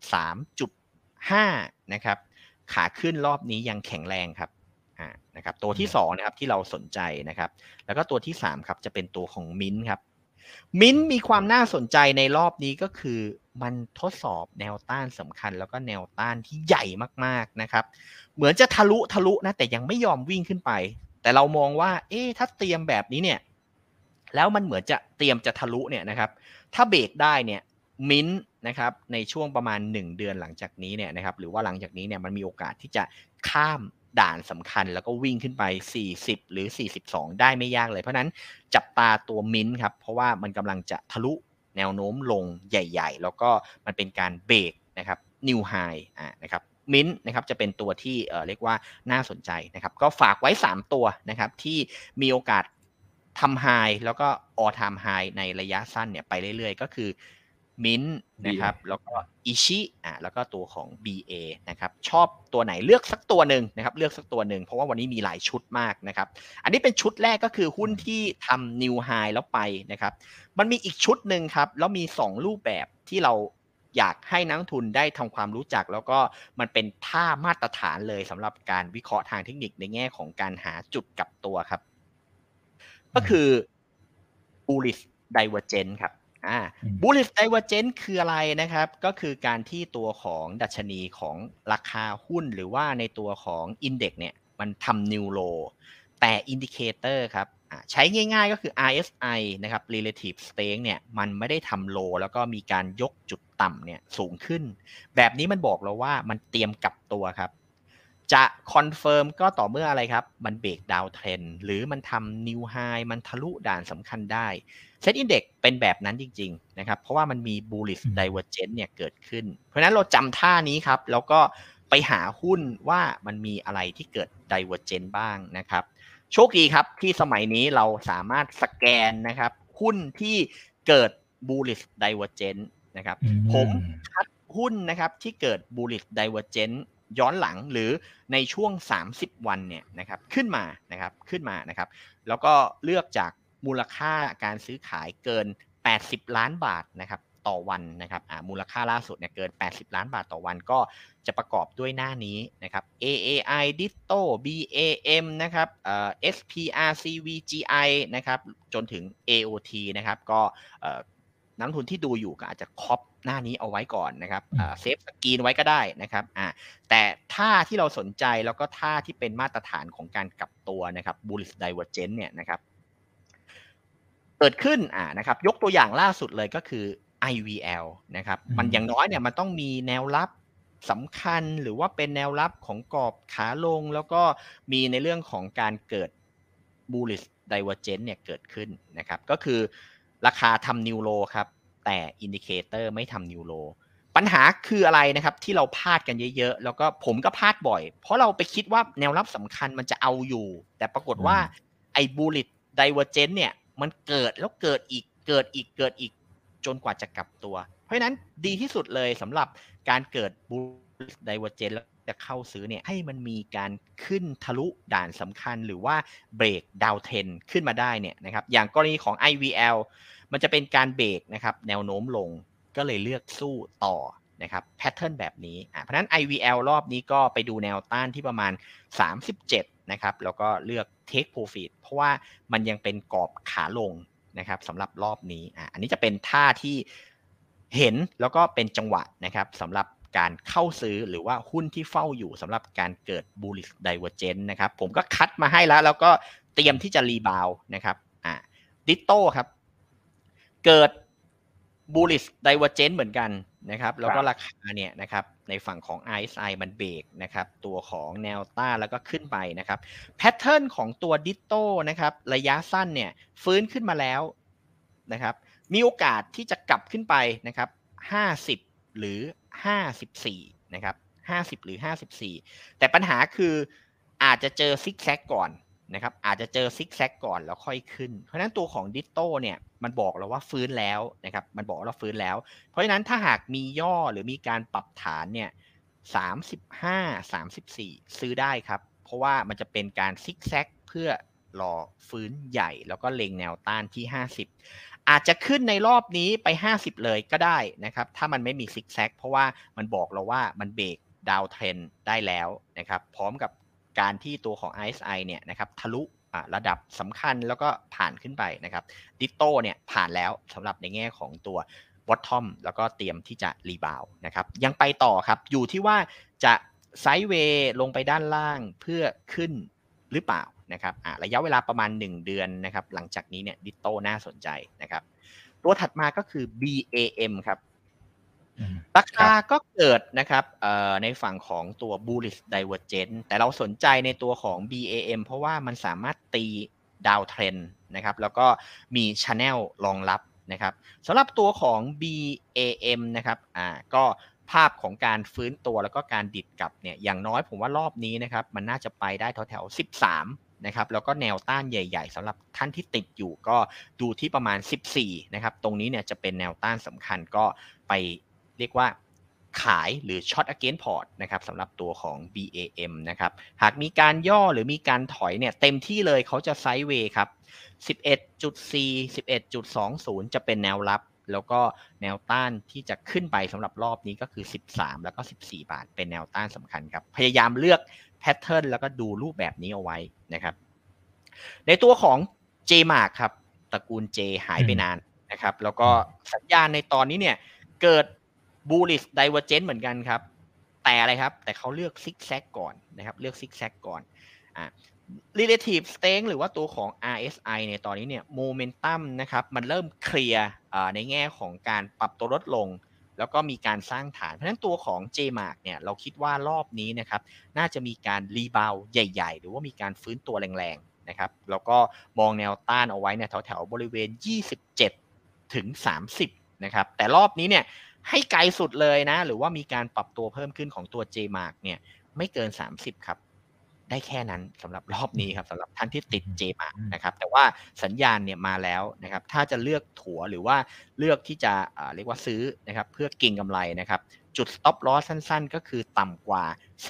13.5 นะครับขาขึ้นรอบนี้ยังแข็งแรงครับนะครับตัวที่2นะครับที่เราสนใจนะครับแล้วก็ตัวที่3ครับจะเป็นตัวของมิ้นท์ครับมิ้นท์มีความน่าสนใจในรอบนี้ก็คือมันทดสอบแนวต้านสำคัญแล้วก็แนวต้านที่ใหญ่มากๆนะครับเหมือนจะทะลุนะแต่ยังไม่ยอมวิ่งขึ้นไปแต่เรามองว่าถ้าเตรียมแบบนี้เนี่ยแล้วมันเหมือนจะเตรียมจะทะลุเนี่ยนะครับถ้าเบรกได้เนี่ยมิ้นท์นะครับในช่วงประมาณ1เดือนหลังจากนี้เนี่ยนะครับหรือว่าหลังจากนี้เนี่ยมันมีโอกาสที่จะข้ามด่านสำคัญแล้วก็วิ่งขึ้นไป40หรือ42ได้ไม่ยากเลยเพราะนั้นจับตาตัวมิ้นท์ครับเพราะว่ามันกำลังจะทะลุแนวโน้มลงใหญ่ๆแล้วก็มันเป็นการเบรกนะครับนิวไฮนะครับมิ้นท์นะครับจะเป็นตัวที่เรียกว่าน่าสนใจนะครับก็ฝากไว้3ตัวนะครับที่มีโอกาสทำไฮแล้วก็ออลไทม์ไฮในระยะสั้นเนี่ยไปเรื่อยๆก็คือมิ้นท์นะครับแล้วก็อิชิแล้วก็ตัวของ BA นะครับชอบตัวไหนเลือกสักตัวหนึ่งนะครับเลือกสักตัวหนึ่งเพราะว่าวันนี้มีหลายชุดมากนะครับอันนี้เป็นชุดแรกก็คือหุ้นที่ทำนิวไฮแล้วไปนะครับมันมีอีกชุดหนึ่งครับแล้วมี2รูปแบบที่เราอยากให้นักลงทุนได้ทำความรู้จักแล้วก็มันเป็นท่ามาตรฐานเลยสำหรับการวิเคราะห์ทางเทคนิคในแง่ของการหาจุดกลับตัวครับก็คือ bullish divergence ครับbullish divergence คืออะไรนะครับก็คือการที่ตัวของดัชนีของราคาหุ้นหรือว่าในตัวของ index เนี่ยมันทำ new low แต่อินดิเคเตอร์ครับใช้ง่ายๆก็คือ RSI นะครับ relative strength เนี่ยมันไม่ได้ทำ low แล้วก็มีการยกจุดต่ำเนี่ยสูงขึ้นแบบนี้มันบอกเราว่ามันเตรียมกลับตัวครับจะคอนเฟิร์มก็ต่อเมื่ออะไรครับมันเบรกดาวน์เทรนด์หรือมันทำนิวไฮมันทะลุด่านสำคัญได้เซ็ตอินเด็กซ์เป็นแบบนั้นจริงๆนะครับเพราะว่ามันมี bullish divergence เนี่ยเกิดขึ้นเพราะฉะนั้นเราจำท่านี้ครับแล้วก็ไปหาหุ้นว่ามันมีอะไรที่เกิด divergence บ้างนะครับโชคดีครับที่สมัยนี้เราสามารถสแกนนะครับหุ้นที่เกิด bullish divergence นะครับผมคัดหุ้นนะครับที่เกิด bullish divergence ย้อนหลังหรือในช่วง30วันเนี่ยนะครับขึ้นมานะครับแล้วก็เลือกจากมูลค่าการซื้อขายเกิน80ล้านบาทนะครับต่อวันนะครับมูลค่าล่าสุดเนี่ยเกิน80ล้านบาทต่อวันก็จะประกอบด้วยหน้านี้นะครับ AAI Ditto BAM นะครับSPR CVGI นะครับจนถึง AOT นะครับก็นักลงทุนที่ดูอยู่ก็อาจจะคอปหน้านี้เอาไว้ก่อนนะครับเซฟสกรีนไว้ก็ได้นะครับแต่ท่าที่เราสนใจแล้วก็ท่าที่เป็นมาตรฐานของการกลับตัวนะครับ bullish divergence เนี่ยนะครับเกิดขึ้นนะครับยกตัวอย่างล่าสุดเลยก็คือ IVL นะครับมันอย่างน้อยเนี่ยมันต้องมีแนวรับสำคัญหรือว่าเป็นแนวรับของกรอบขาลงแล้วก็มีในเรื่องของการเกิด bullish divergence เนี่ยเกิดขึ้นนะครับก็คือราคาทำนิวโลครับแต่อินดิเคเตอร์ไม่ทำนิวโลปัญหาคืออะไรนะครับที่เราพลาดกันเยอะๆแล้วก็ผมก็พลาดบ่อยเพราะเราไปคิดว่าแนวรับสำคัญมันจะเอาอยู่แต่ปรากฏว่าไอ้ bullish divergence เนี่ยมันเกิดแล้วเกิดอีกจนกว่าจะกลับตัวเพราะฉะนั้นดีที่สุดเลยสำหรับการเกิด bullish divergence แล้วจะเข้าซื้อเนี่ยให้มันมีการขึ้นทะลุด่านสำคัญหรือว่าเบรกดาวเทรนขึ้นมาได้เนี่ยนะครับอย่างกรณีของ IVL มันจะเป็นการเบรกนะครับแนวโน้มลงก็เลยเลือกสู้ต่อนะครับแพทเทิร์นแบบนี้เพราะฉะนั้น IVL รอบนี้ก็ไปดูแนวต้านที่ประมาณ37นะครับแล้วก็เลือก take profit เพราะว่ามันยังเป็นกรอบขาลงนะครับสำหรับรอบนี้อันนี้จะเป็นท่าที่เห็นแล้วก็เป็นจังหวะนะครับสำหรับการเข้าซื้อหรือว่าหุ้นที่เฝ้าอยู่สำหรับการเกิด bullish divergence นะครับผมก็คัดมาให้แล้วก็เตรียมที่จะรีบาวนะครับDitto ครับเกิด bullish divergence เหมือนกันนะครับแล้วก็ราคาเนี่ยนะครับในฝั่งของ RSI มันเบรกนะครับตัวของแนวต้านแล้วก็ขึ้นไปนะครับแพทเทิร์นของตัว Ditto นะครับระยะสั้นเนี่ยฟื้นขึ้นมาแล้วนะครับมีโอกาสที่จะกลับขึ้นไปนะครับ50หรือ54นะครับ50หรือ54แต่ปัญหาคืออาจจะเจอซิกแซกก่อนนะครับอาจจะเจอซิกแซกก่อนแล้วค่อยขึ้นเพราะฉะนั้นตัวของ Ditto เนี่ยมันบอกเราว่าฟื้นแล้วนะครับมันบอกเราฟื้นแล้วเพราะฉะนั้นถ้าหากมีย่อหรือมีการปรับฐานเนี่ย35-34ซื้อได้ครับเพราะว่ามันจะเป็นการซิกแซกเพื่อรอฟื้นใหญ่แล้วก็เล็งแนวต้านที่50อาจจะขึ้นในรอบนี้ไป50เลยก็ได้นะครับถ้ามันไม่มีซิกแซกเพราะว่ามันบอกเราว่ามันเบรกดาวเทรนได้แล้วนะครับพร้อมกับการที่ตัวของ RSI เนี่ยนะครับทะลุระดับสำคัญแล้วก็ผ่านขึ้นไปนะครับ Ditto เนี่ยผ่านแล้วสำหรับในแง่ของตัว bottom แล้วก็เตรียมที่จะรีบาวนะครับยังไปต่อครับอยู่ที่ว่าจะไซด์เวย์ลงไปด้านล่างเพื่อขึ้นหรือเปล่านะครับระยะเวลาประมาณ1เดือนนะครับหลังจากนี้เนี่ย Ditto น่าสนใจนะครับตัวถัดมาก็คือ BAM ครับราคาก็เกิดนะครับในฝั่งของตัว bullish divergence แต่เราสนใจในตัวของ BAM เพราะว่ามันสามารถตีดาวเทรนนะครับแล้วก็มี channel รองรับนะครับสำหรับตัวของ BAM นะครับก็ภาพของการฟื้นตัวแล้วก็การดิดกลับเนี่ยอย่างน้อยผมว่ารอบนี้นะครับมันน่าจะไปได้แถวๆ13นะครับแล้วก็แนวต้านใหญ่ๆสำหรับท่านที่ติดอยู่ก็ดูที่ประมาณ14นะครับตรงนี้เนี่ยจะเป็นแนวต้านสำคัญก็ไปเรียกว่าขายหรือ short against port นะครับสำหรับตัวของ BAM นะครับหากมีการย่อหรือมีการถอยเนี่ยเต็มที่เลยเขาจะไซด์เวย์ครับ 11.4 11.20 จะเป็นแนวรับแล้วก็แนวต้านที่จะขึ้นไปสำหรับรอบนี้ก็คือ13แล้วก็14บาทเป็นแนวต้านสำคัญครับพยายามเลือกแพทเทิร์นแล้วก็ดูรูปแบบนี้เอาไว้นะครับในตัวของ J-Mark ครับตระกูล J หายไปนานนะครับแล้วก็สัญญาณในตอนนี้เนี่ยเกิด bullish divergence เหมือนกันครับแต่อะไรครับแต่เขาเลือกซิกแซกก่อนนะครับเลือกซิกแซกก่อนrelative strength หรือว่าตัวของ RSI ในตอนนี้เนี่ยโมเมนตัมนะครับมันเริ่มเคลียร์ในแง่ของการปรับตัวลดลงแล้วก็มีการสร้างฐานเพราะฉะนั้นตัวของ J-Mark เนี่ยเราคิดว่ารอบนี้นะครับน่าจะมีการรีบาวใหญ่ๆหรือว่ามีการฟื้นตัวแรงๆนะครับแล้วก็มองแนวต้านเอาไว้เนี่ยแถวๆบริเวณ27ถึง30นะครับแต่รอบนี้เนี่ยให้ไกลสุดเลยนะหรือว่ามีการปรับตัวเพิ่มขึ้นของตัว J-Mark เนี่ยไม่เกิน30ครับได้แค่นั้นสำหรับรอบนี้ครับสำหรับท่านที่ติด J-Mark นะครับแต่ว่าสัญญาณเนี่ยมาแล้วนะครับถ้าจะเลือกถัวหรือว่าเลือกที่จะเรียกว่าซื้อนะครับเพื่อเก็งกำไรนะครับจุด stop loss สั้นๆก็คือต่ำกว่า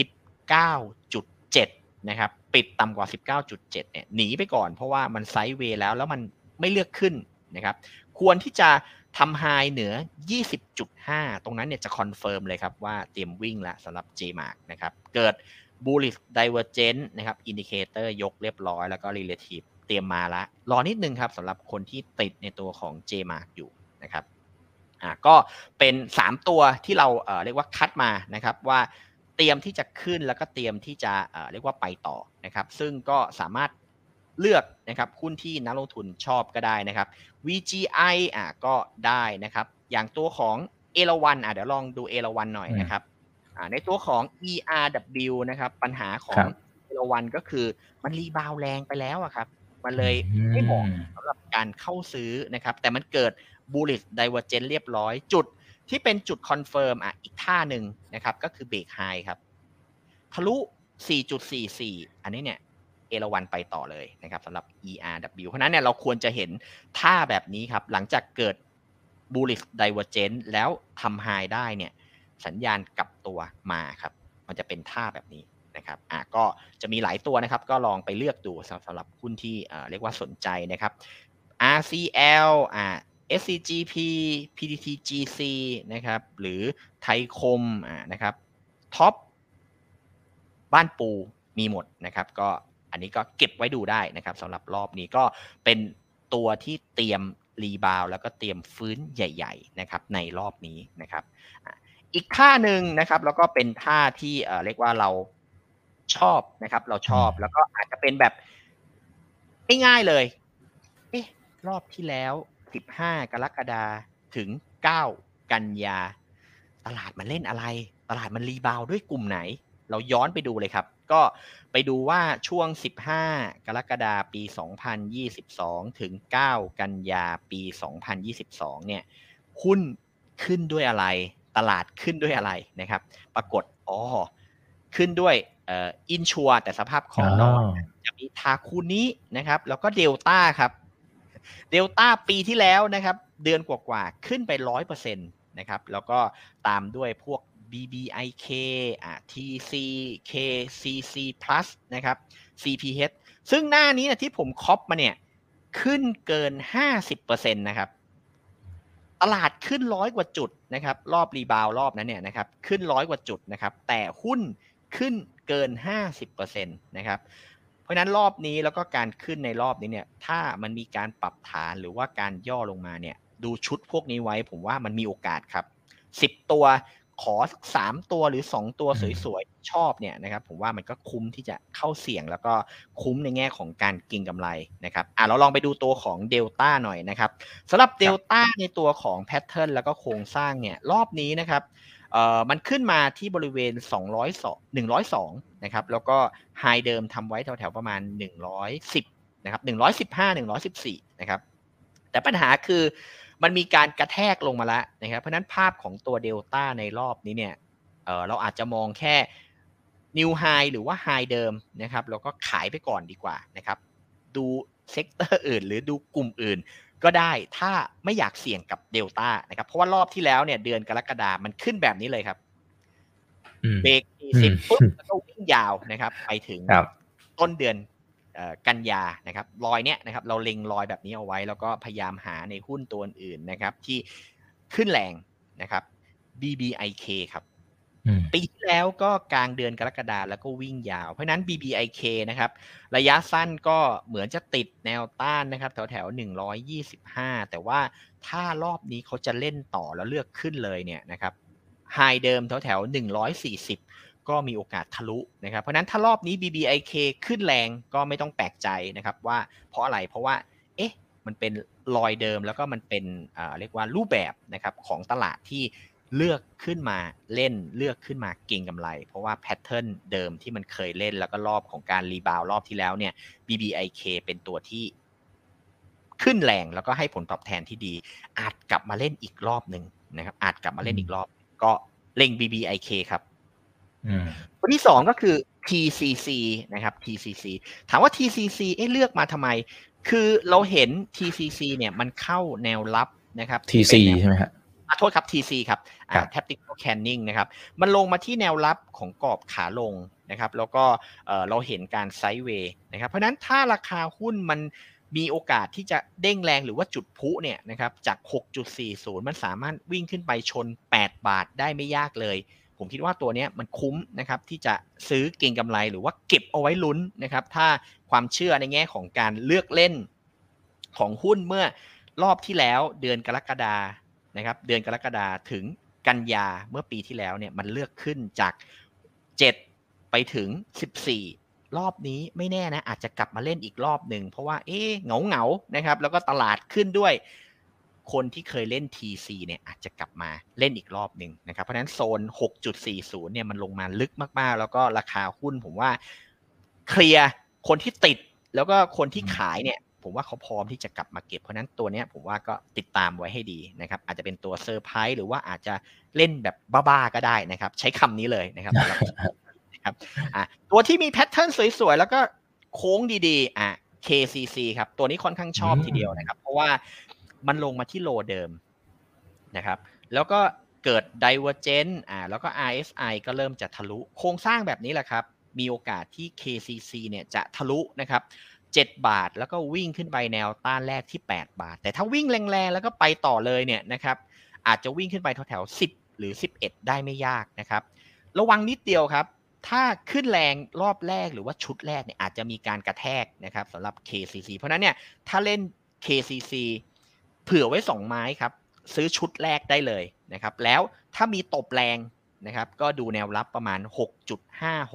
19.7 นะครับปิดต่ำกว่า 19.7 เนี่ยหนีไปก่อนเพราะว่ามันไซด์เวย์แล้วมันไม่เลือกขึ้นนะครับควรที่จะทำไฮเหนือ 20.5 ตรงนั้นเนี่ยจะคอนเฟิร์มเลยครับว่าเตรียมวิ่งแล้วสำหรับ J-Mark นะครับเกิด bullish divergence นะครับ indicator ยกเรียบร้อยแล้วก็ relative เตรียมมาละรอนิดนึงครับสำหรับคนที่ติดในตัวของ J-Mark อยู่นะครับก็เป็น3ตัวที่เราเรียกว่าคัดมานะครับว่าเตรียมที่จะขึ้นแล้วก็เตรียมที่จะเรียกว่าไปต่อนะครับซึ่งก็สามารถเลือกนะครับหุ้นที่นักลงทุนชอบก็ได้นะครับ VGI ก็ได้นะครับอย่างตัวของเอราวัณเดี๋ยวลองดูเอราวัณหน่อยนะครับในตัวของ ERW นะครับปัญหาของเอราวัณก็คือมันรีบาวแรงไปแล้วครับมันเลยไม่เหมาะสำหรับการเข้าซื้อนะครับแต่มันเกิด bullish divergence เรียบร้อยจุดที่เป็นจุดคอนเฟิร์มอีกท่าหนึ่งนะครับก็คือเบรกไฮครับทะลุ 4.44 อันนี้เนี่ยเอราวัณไปต่อเลยนะครับสำหรับ ERW เพราะนั้นเนี่ยเราควรจะเห็นท่าแบบนี้ครับหลังจากเกิด bullish divergence แล้วทำไฮได้เนี่ยสัญญาณกลับตัวมาครับมันจะเป็นท่าแบบนี้นะครับก็จะมีหลายตัวนะครับก็ลองไปเลือกดูสำหรับหุ้นที่เรียกว่าสนใจนะครับ RCL SCGP PTTGC นะครับหรือไทยคมนะครับท็อปบ้านปูมีหมดนะครับก็อันนี้ก็เก็บไว้ดูได้นะครับสำหรับรอบนี้ก็เป็นตัวที่เตรียมรีบาวแล้วก็เตรียมฟื้นใหญ่ๆนะครับในรอบนี้นะครับอีกท่าหนึ่งนะครับแล้วก็เป็นท่าที่เรียกว่าเราชอบนะครับเราชอบแล้วก็อาจจะเป็นแบบง่ายๆเลยรอบที่แล้ว15 กรกฎาคมถึง9 กันยาตลาดมันเล่นอะไรตลาดมันรีบาวด้วยกลุ่มไหนเราย้อนไปดูเลยครับก็ไปดูว่าช่วง15 กรกฎาคมปี2022ถึง9 กันยาปี2022เนี่ยหุ้นขึ้นด้วยอะไรตลาดขึ้นด้วยอะไรนะครับปรากฏขึ้นด้วยอินชัวแต่สภาพคล่องน้อยจะมีทาคูนี้นะครับแล้วก็เดลต้าครับเดลต้าปีที่แล้วนะครับเดือนกว่าๆขึ้นไป 100% นะครับแล้วก็ตามด้วยพวก BBIK TC KCC Plus นะครับ CPH ซึ่งหน้านี้นะที่ผมคอปมาเนี่ยขึ้นเกิน 50% นะครับตลาดขึ้น100 กว่าจุดนะครับรอบรีบาวรอบนั้นเนี่ยนะครับขึ้น100 กว่าจุดนะครับแต่หุ้นขึ้นเกิน 50% นะครับเพราะนั้นรอบนี้แล้วก็การขึ้นในรอบนี้เนี่ยถ้ามันมีการปรับฐานหรือว่าการย่อลงมาเนี่ยดูชุดพวกนี้ไว้ผมว่ามันมีโอกาสครับ10ตัวขอ3ตัวหรือ2ตัวสวยๆชอบเนี่ยนะครับผมว่ามันก็คุ้มที่จะเข้าเสี่ยงแล้วก็คุ้มในแง่ของการเก็งกำไรนะครับเราลองไปดูตัวของ Delta หน่อยนะครับสำหรับ Delta ในตัวของแพทเทิร์นแล้วก็โครงสร้างเนี่ยรอบนี้นะครับมันขึ้นมาที่บริเวณ102นะครับแล้วก็ไฮเดิมทำไว้แถวๆประมาณ110นะครับ115 114นะครับแต่ปัญหาคือมันมีการกระแทกลงมาแล้วนะครับเพราะนั้นภาพของตัวเดลต้าในรอบนี้เนี่ยเราอาจจะมองแค่ New High หรือว่า High เดิมนะครับแล้วก็ขายไปก่อนดีกว่านะครับดูเซกเตอร์อื่นหรือดูกลุ่มอื่นก็ได้ถ้าไม่อยากเสี่ยงกับเดลต้านะครับเพราะว่ารอบที่แล้วเนี่ยเดือนกรกฎาคมมันขึ้นแบบนี้เลยครับเบรก40ปุ๊บแล้วก็วิ่งยาวนะครับไปถึงต้นเดือนกันยานะครับรอยเนี้ยนะครับเราเล็งรอยแบบนี้เอาไว้แล้วก็พยายามหาในหุ้นตัวอื่นนะครับที่ขึ้นแรงนะครับ BBIK ครับปีที่แล้วก็กลางเดือนกรกฎาคมแล้วก็วิ่งยาวเพราะนั้น BBIK นะครับระยะสั้นก็เหมือนจะติดแนวต้านนะครับแถว125แต่ว่าถ้ารอบนี้เขาจะเล่นต่อแล้วเลือกขึ้นเลยเนี่ยนะครับไฮเดิมแถว140ก็มีโอกาสทะลุนะครับเพราะนั้นถ้ารอบนี้ BBIK ขึ้นแรงก็ไม่ต้องแปลกใจนะครับว่าเพราะอะไรเพราะว่ามันเป็นรอยเดิมแล้วก็มันเป็นเรียกว่ารูปแบบนะครับของตลาดที่เลือกขึ้นมาเล่นเลือกขึ้นมาเก็งกำไรเพราะว่าแพทเทิร์นเดิมที่มันเคยเล่นแล้วก็รอบของการรีบาวรอบที่แล้วเนี่ย BBIK เป็นตัวที่ขึ้นแรงแล้วก็ให้ผลตอบแทนที่ดีอาจกลับมาเล่นอีกรอบหนึ่งนะครับอาจกลับมาเล่นอีกรอบก็เล็ง BBIK ครับตัวที่2ก็คือ TCC นะครับ TCC ถามว่า TCC เลือกมาทำไมคือเราเห็น TCC เนี่ยมันเข้าแนวรับนะครับ TC ใช่ไหมครับโทษครับ TC ครับ Tactical Canning นะครับมันลงมาที่แนวรับของกรอบขาลงนะครับแล้วก็เราเห็นการไซด์เวย์นะครับเพราะนั้นถ้าราคาหุ้นมันมีโอกาสที่จะเด้งแรงหรือว่าจุดพุเนี่ยนะครับจาก 6.40 มันสามารถวิ่งขึ้นไปชน8บาทได้ไม่ยากเลยผมคิดว่าตัวนี้มันคุ้มนะครับที่จะซื้อเก็งกำไรหรือว่าเก็บเอาไว้ลุ้นนะครับถ้าความเชื่อในแง่ของการเลือกเล่นของหุ้นเมื่อรอบที่แล้วเดือนกรกฎานะครับเดือนกรกฎาถึงกันยาเมื่อปีที่แล้วเนี่ยมันเลือกขึ้นจาก7ไปถึง14รอบนี้ไม่แน่นะอาจจะกลับมาเล่นอีกรอบหนึ่งเพราะว่าเหงานะครับแล้วก็ตลาดขึ้นด้วยคนที่เคยเล่น TC เนี่ยอาจจะกลับมาเล่นอีกรอบหนึ่งนะครับเพราะฉะนั้นโซน 6.40 เนี่ยมันลงมาลึกมากๆแล้วก็ราคาหุ้นผมว่าเคลียร์คนที่ติดแล้วก็คนที่ขายเนี่ยผมว่าเขาพร้อมที่จะกลับมาเก็บเพราะนั้นตัวนี้ผมว่าก็ติดตามไว้ให้ดีนะครับอาจจะเป็นตัวเซอร์ไพรส์หรือว่าอาจจะเล่นแบบบ้าๆก็ได้นะครับใช้คำนี้เลยนะครับครับตัวที่มีแพทเทิร์นสวยๆแล้วก็โค้งดีๆKCC ครับตัวนี้ค่อนข้างชอบทีเดียวนะครับเพราะว่ามันลงมาที่โลเดิมนะครับแล้วก็เกิด Divergence แล้วก็ RSI ก็เริ่มจะทะลุโครงสร้างแบบนี้แหละครับมีโอกาสที่ KCC เนี่ยจะทะลุนะครับ7บาทแล้วก็วิ่งขึ้นไปแนวต้านแรกที่8บาทแต่ถ้าวิ่งแรงๆแล้วก็ไปต่อเลยเนี่ยนะครับอาจจะวิ่งขึ้นไปแถวๆ10หรือ11ได้ไม่ยากนะครับระวังนิดเดียวครับถ้าขึ้นแรงรอบแรกหรือว่าชุดแรกเนี่ยอาจจะมีการกระแทกนะครับสำหรับ KCC เพราะนั้นเนี่ยถ้าเล่น KCC เผื่อไว้2ไม้ครับซื้อชุดแรกได้เลยนะครับแล้วถ้ามีตบแรงนะครับก็ดูแนวรับประมาณ 6.5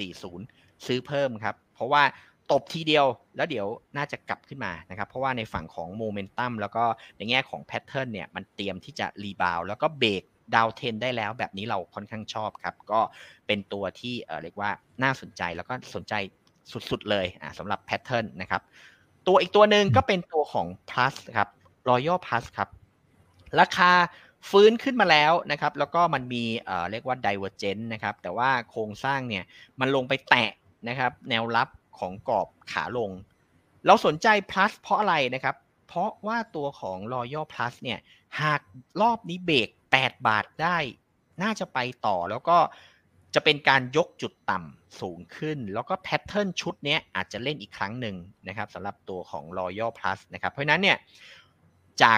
6.40 ซื้อเพิ่มครับเพราะว่าตบทีเดียวแล้วเดี๋ยวน่าจะกลับขึ้นมานะครับเพราะว่าในฝั่งของโมเมนตัมแล้วก็ในแง่ของแพทเทิร์นเนี่ยมันเตรียมที่จะรีบาวแล้วก็เบรกดาวเทนได้แล้วแบบนี้เราค่อนข้างชอบครับก็เป็นตัวที่เรียกว่าน่าสนใจแล้วก็สนใจสุดๆเลยสำหรับแพทเทิร์นนะครับตัวอีกตัวหนึ่งก็เป็นตัวของ plus ครับ Royal Plus ครับราคาฟื้นขึ้นมาแล้วนะครับแล้วก็มันมีเรียกว่า Divergence นะครับแต่ว่าโครงสร้างเนี่ยมันลงไปแตะนะครับแนวรับของกรอบขาลงเราสนใจ plus เพราะอะไรนะครับเพราะว่าตัวของ Royal Plus เนี่ยหากรอบนี้เบรก8บาทได้น่าจะไปต่อแล้วก็จะเป็นการยกจุดต่ำสูงขึ้นแล้วก็แพทเทิร์นชุดนี้อาจจะเล่นอีกครั้งหนึ่งนะครับสำหรับตัวของ Royal Plus นะครับเพราะนั้นเนี่ยจาก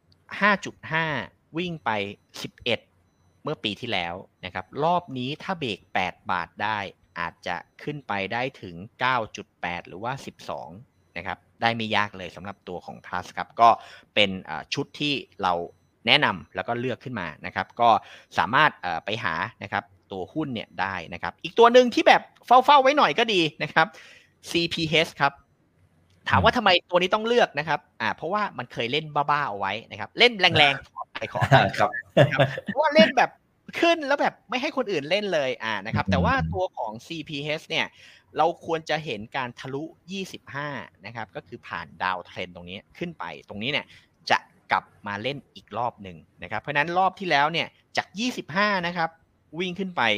5.5 วิ่งไป11เมื่อปีที่แล้วนะครับรอบนี้ถ้าเบรก8บาทได้อาจจะขึ้นไปได้ถึง 9.8 หรือว่า12นะครับได้ไม่ยากเลยสำหรับตัวของ Plus ครับก็เป็นชุดที่เราแนะนำแล้วก็เลือกขึ้นมานะครับก็สามารถไปหานะครับตัวหุ้นเนี่ยได้นะครับอีกตัวหนึ่งที่แบบเฝ้าไว้หน่อยก็ดีนะครับ CPH ครับถามว่าทำไมตัวนี้ต้องเลือกนะครับเพราะว่ามันเคยเล่นบ้าๆเอาไว้นะครับเล่นแรงๆไปขอครับเพราะว่าเล่นแบบขึ้นแล้วแบบไม่ให้คนอื่นเล่นเลยนะครับแต่ว่าตัวของ CPH เนี่ยเราควรจะเห็นการทะลุ25นะครับก็คือผ่านดาวเทรนตรงนี้ขึ้นไปตรงนี้เนี่ยจะกลับมาเล่นอีกรอบหนึ่งนะครับเพราะนั้นรอบที่แล้วเนี่ยจาก25นะครับวิ่งขึ้นไป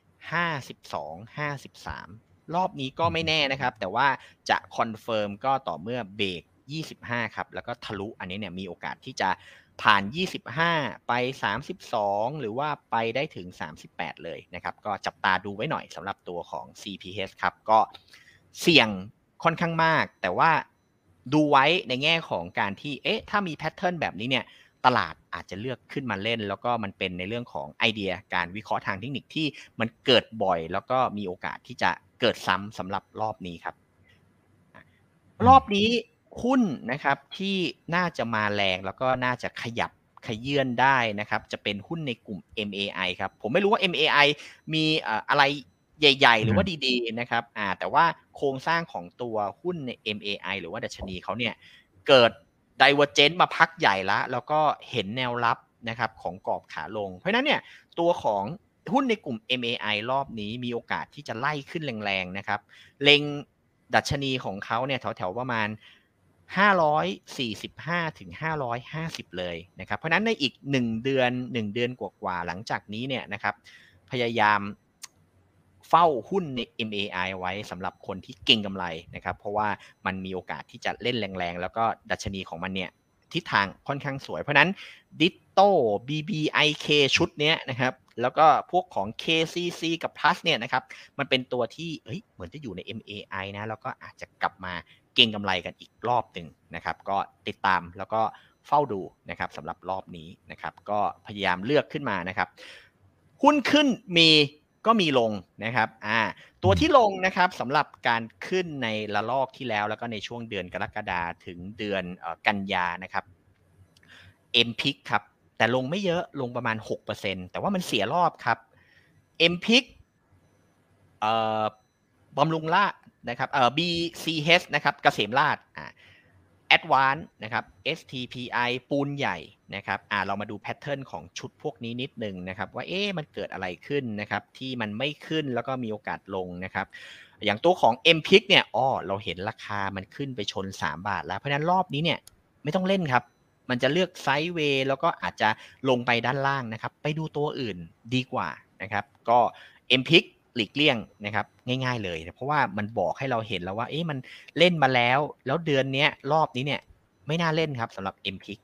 52 53รอบนี้ก็ไม่แน่นะครับแต่ว่าจะคอนเฟิร์มก็ต่อเมื่อเบรก25ครับแล้วก็ทะลุอันนี้เนี่ยมีโอกาสที่จะผ่าน25ไป32หรือว่าไปได้ถึง38เลยนะครับก็จับตาดูไว้หน่อยสำหรับตัวของ CPH ครับก็เสี่ยงค่อนข้างมากแต่ว่าดูไว้ในแง่ของการที่ถ้ามีแพทเทิร์นแบบนี้เนี่ยตลาดอาจจะเลือกขึ้นมาเล่นแล้วก็มันเป็นในเรื่องของไอเดียการวิเคราะห์ทางเทคนิคที่มันเกิดบ่อยแล้วก็มีโอกาสที่จะเกิดซ้ำสำหรับรอบนี้ครับรอบนี้หุ้นนะครับที่น่าจะมาแรงแล้วก็น่าจะขยับขยื่นได้นะครับจะเป็นหุ้นในกลุ่ม MAI ครับผมไม่รู้ว่า MAI มีอะไรใหญ่ๆหรือว่าดีๆนะครับแต่ว่าโครงสร้างของตัวหุ้นใน MAI หรือว่าดัชนีเขาเนี่ยเกิด Divergence มาพักใหญ่แล้วก็เห็นแนวรับนะครับของกรอบขาลงเพราะฉะนั้นเนี่ยตัวของหุ้นในกลุ่ม MAI รอบนี้มีโอกาสที่จะไล่ขึ้นแรงๆนะครับเล็งดัชนีของเขาเนี่ยแถวๆประมาณ545ถึง550เลยนะครับเพราะนั้นในอีก1เดือนกว่าๆหลังจากนี้เนี่ยนะครับพยายามเฝ้าหุ้นใน MAI ไว้สำหรับคนที่เก็งกำไรนะครับเพราะว่ามันมีโอกาสที่จะเล่นแรงๆแล้วก็ดัชนีของมันเนี่ยทิศทางค่อนข้างสวยเพราะนั้น Ditto BBIK ชุดเนี้ยนะครับแล้วก็พวกของ KCC กับ Plus เนี่ยนะครับมันเป็นตัวที่เหมือนจะอยู่ใน MAI นะแล้วก็อาจจะกลับมาเก็งกำไรกันอีกรอบหนึ่งนะครับก็ติดตามแล้วก็เฝ้าดูนะครับสำหรับรอบนี้นะครับก็พยายามเลือกขึ้นมานะครับหุ้นขึ้นก็มีลงนะครับตัวที่ลงนะครับสำหรับการขึ้นในระลอกที่แล้วก็ในช่วงเดือนกรกฎาคมถึงเดือนกันยานะครับ MPIC ครับแต่ลงไม่เยอะลงประมาณ 6% แต่ว่ามันเสียรอบครับ MPIC บำรุงราษฎร์นะครับBCH นะครับเกษมราษฎร์Advance นะครับ STPI ปูนใหญ่นะครับเรามาดูแพทเทิร์นของชุดพวกนี้นิดนึงนะครับว่ามันเกิดอะไรขึ้นนะครับที่มันไม่ขึ้นแล้วก็มีโอกาสลงนะครับอย่างตัวของ MPIC เนี่ยเราเห็นราคามันขึ้นไปชน3 บาทแล้วเพราะฉะนั้นรอบนี้เนี่ยไม่ต้องเล่นครับมันจะเลือกไซด์เวย์แล้วก็อาจจะลงไปด้านล่างนะครับไปดูตัวอื่นดีกว่านะครับก็ MPICหลีกเลี่ยงนะครับง่ายๆเลยเพราะว่ามันบอกให้เราเห็นแล้วว่ามันเล่นมาแล้วเดือนนี้รอบนี้เนี่ยไม่น่าเล่นครับสำหรับ MPIC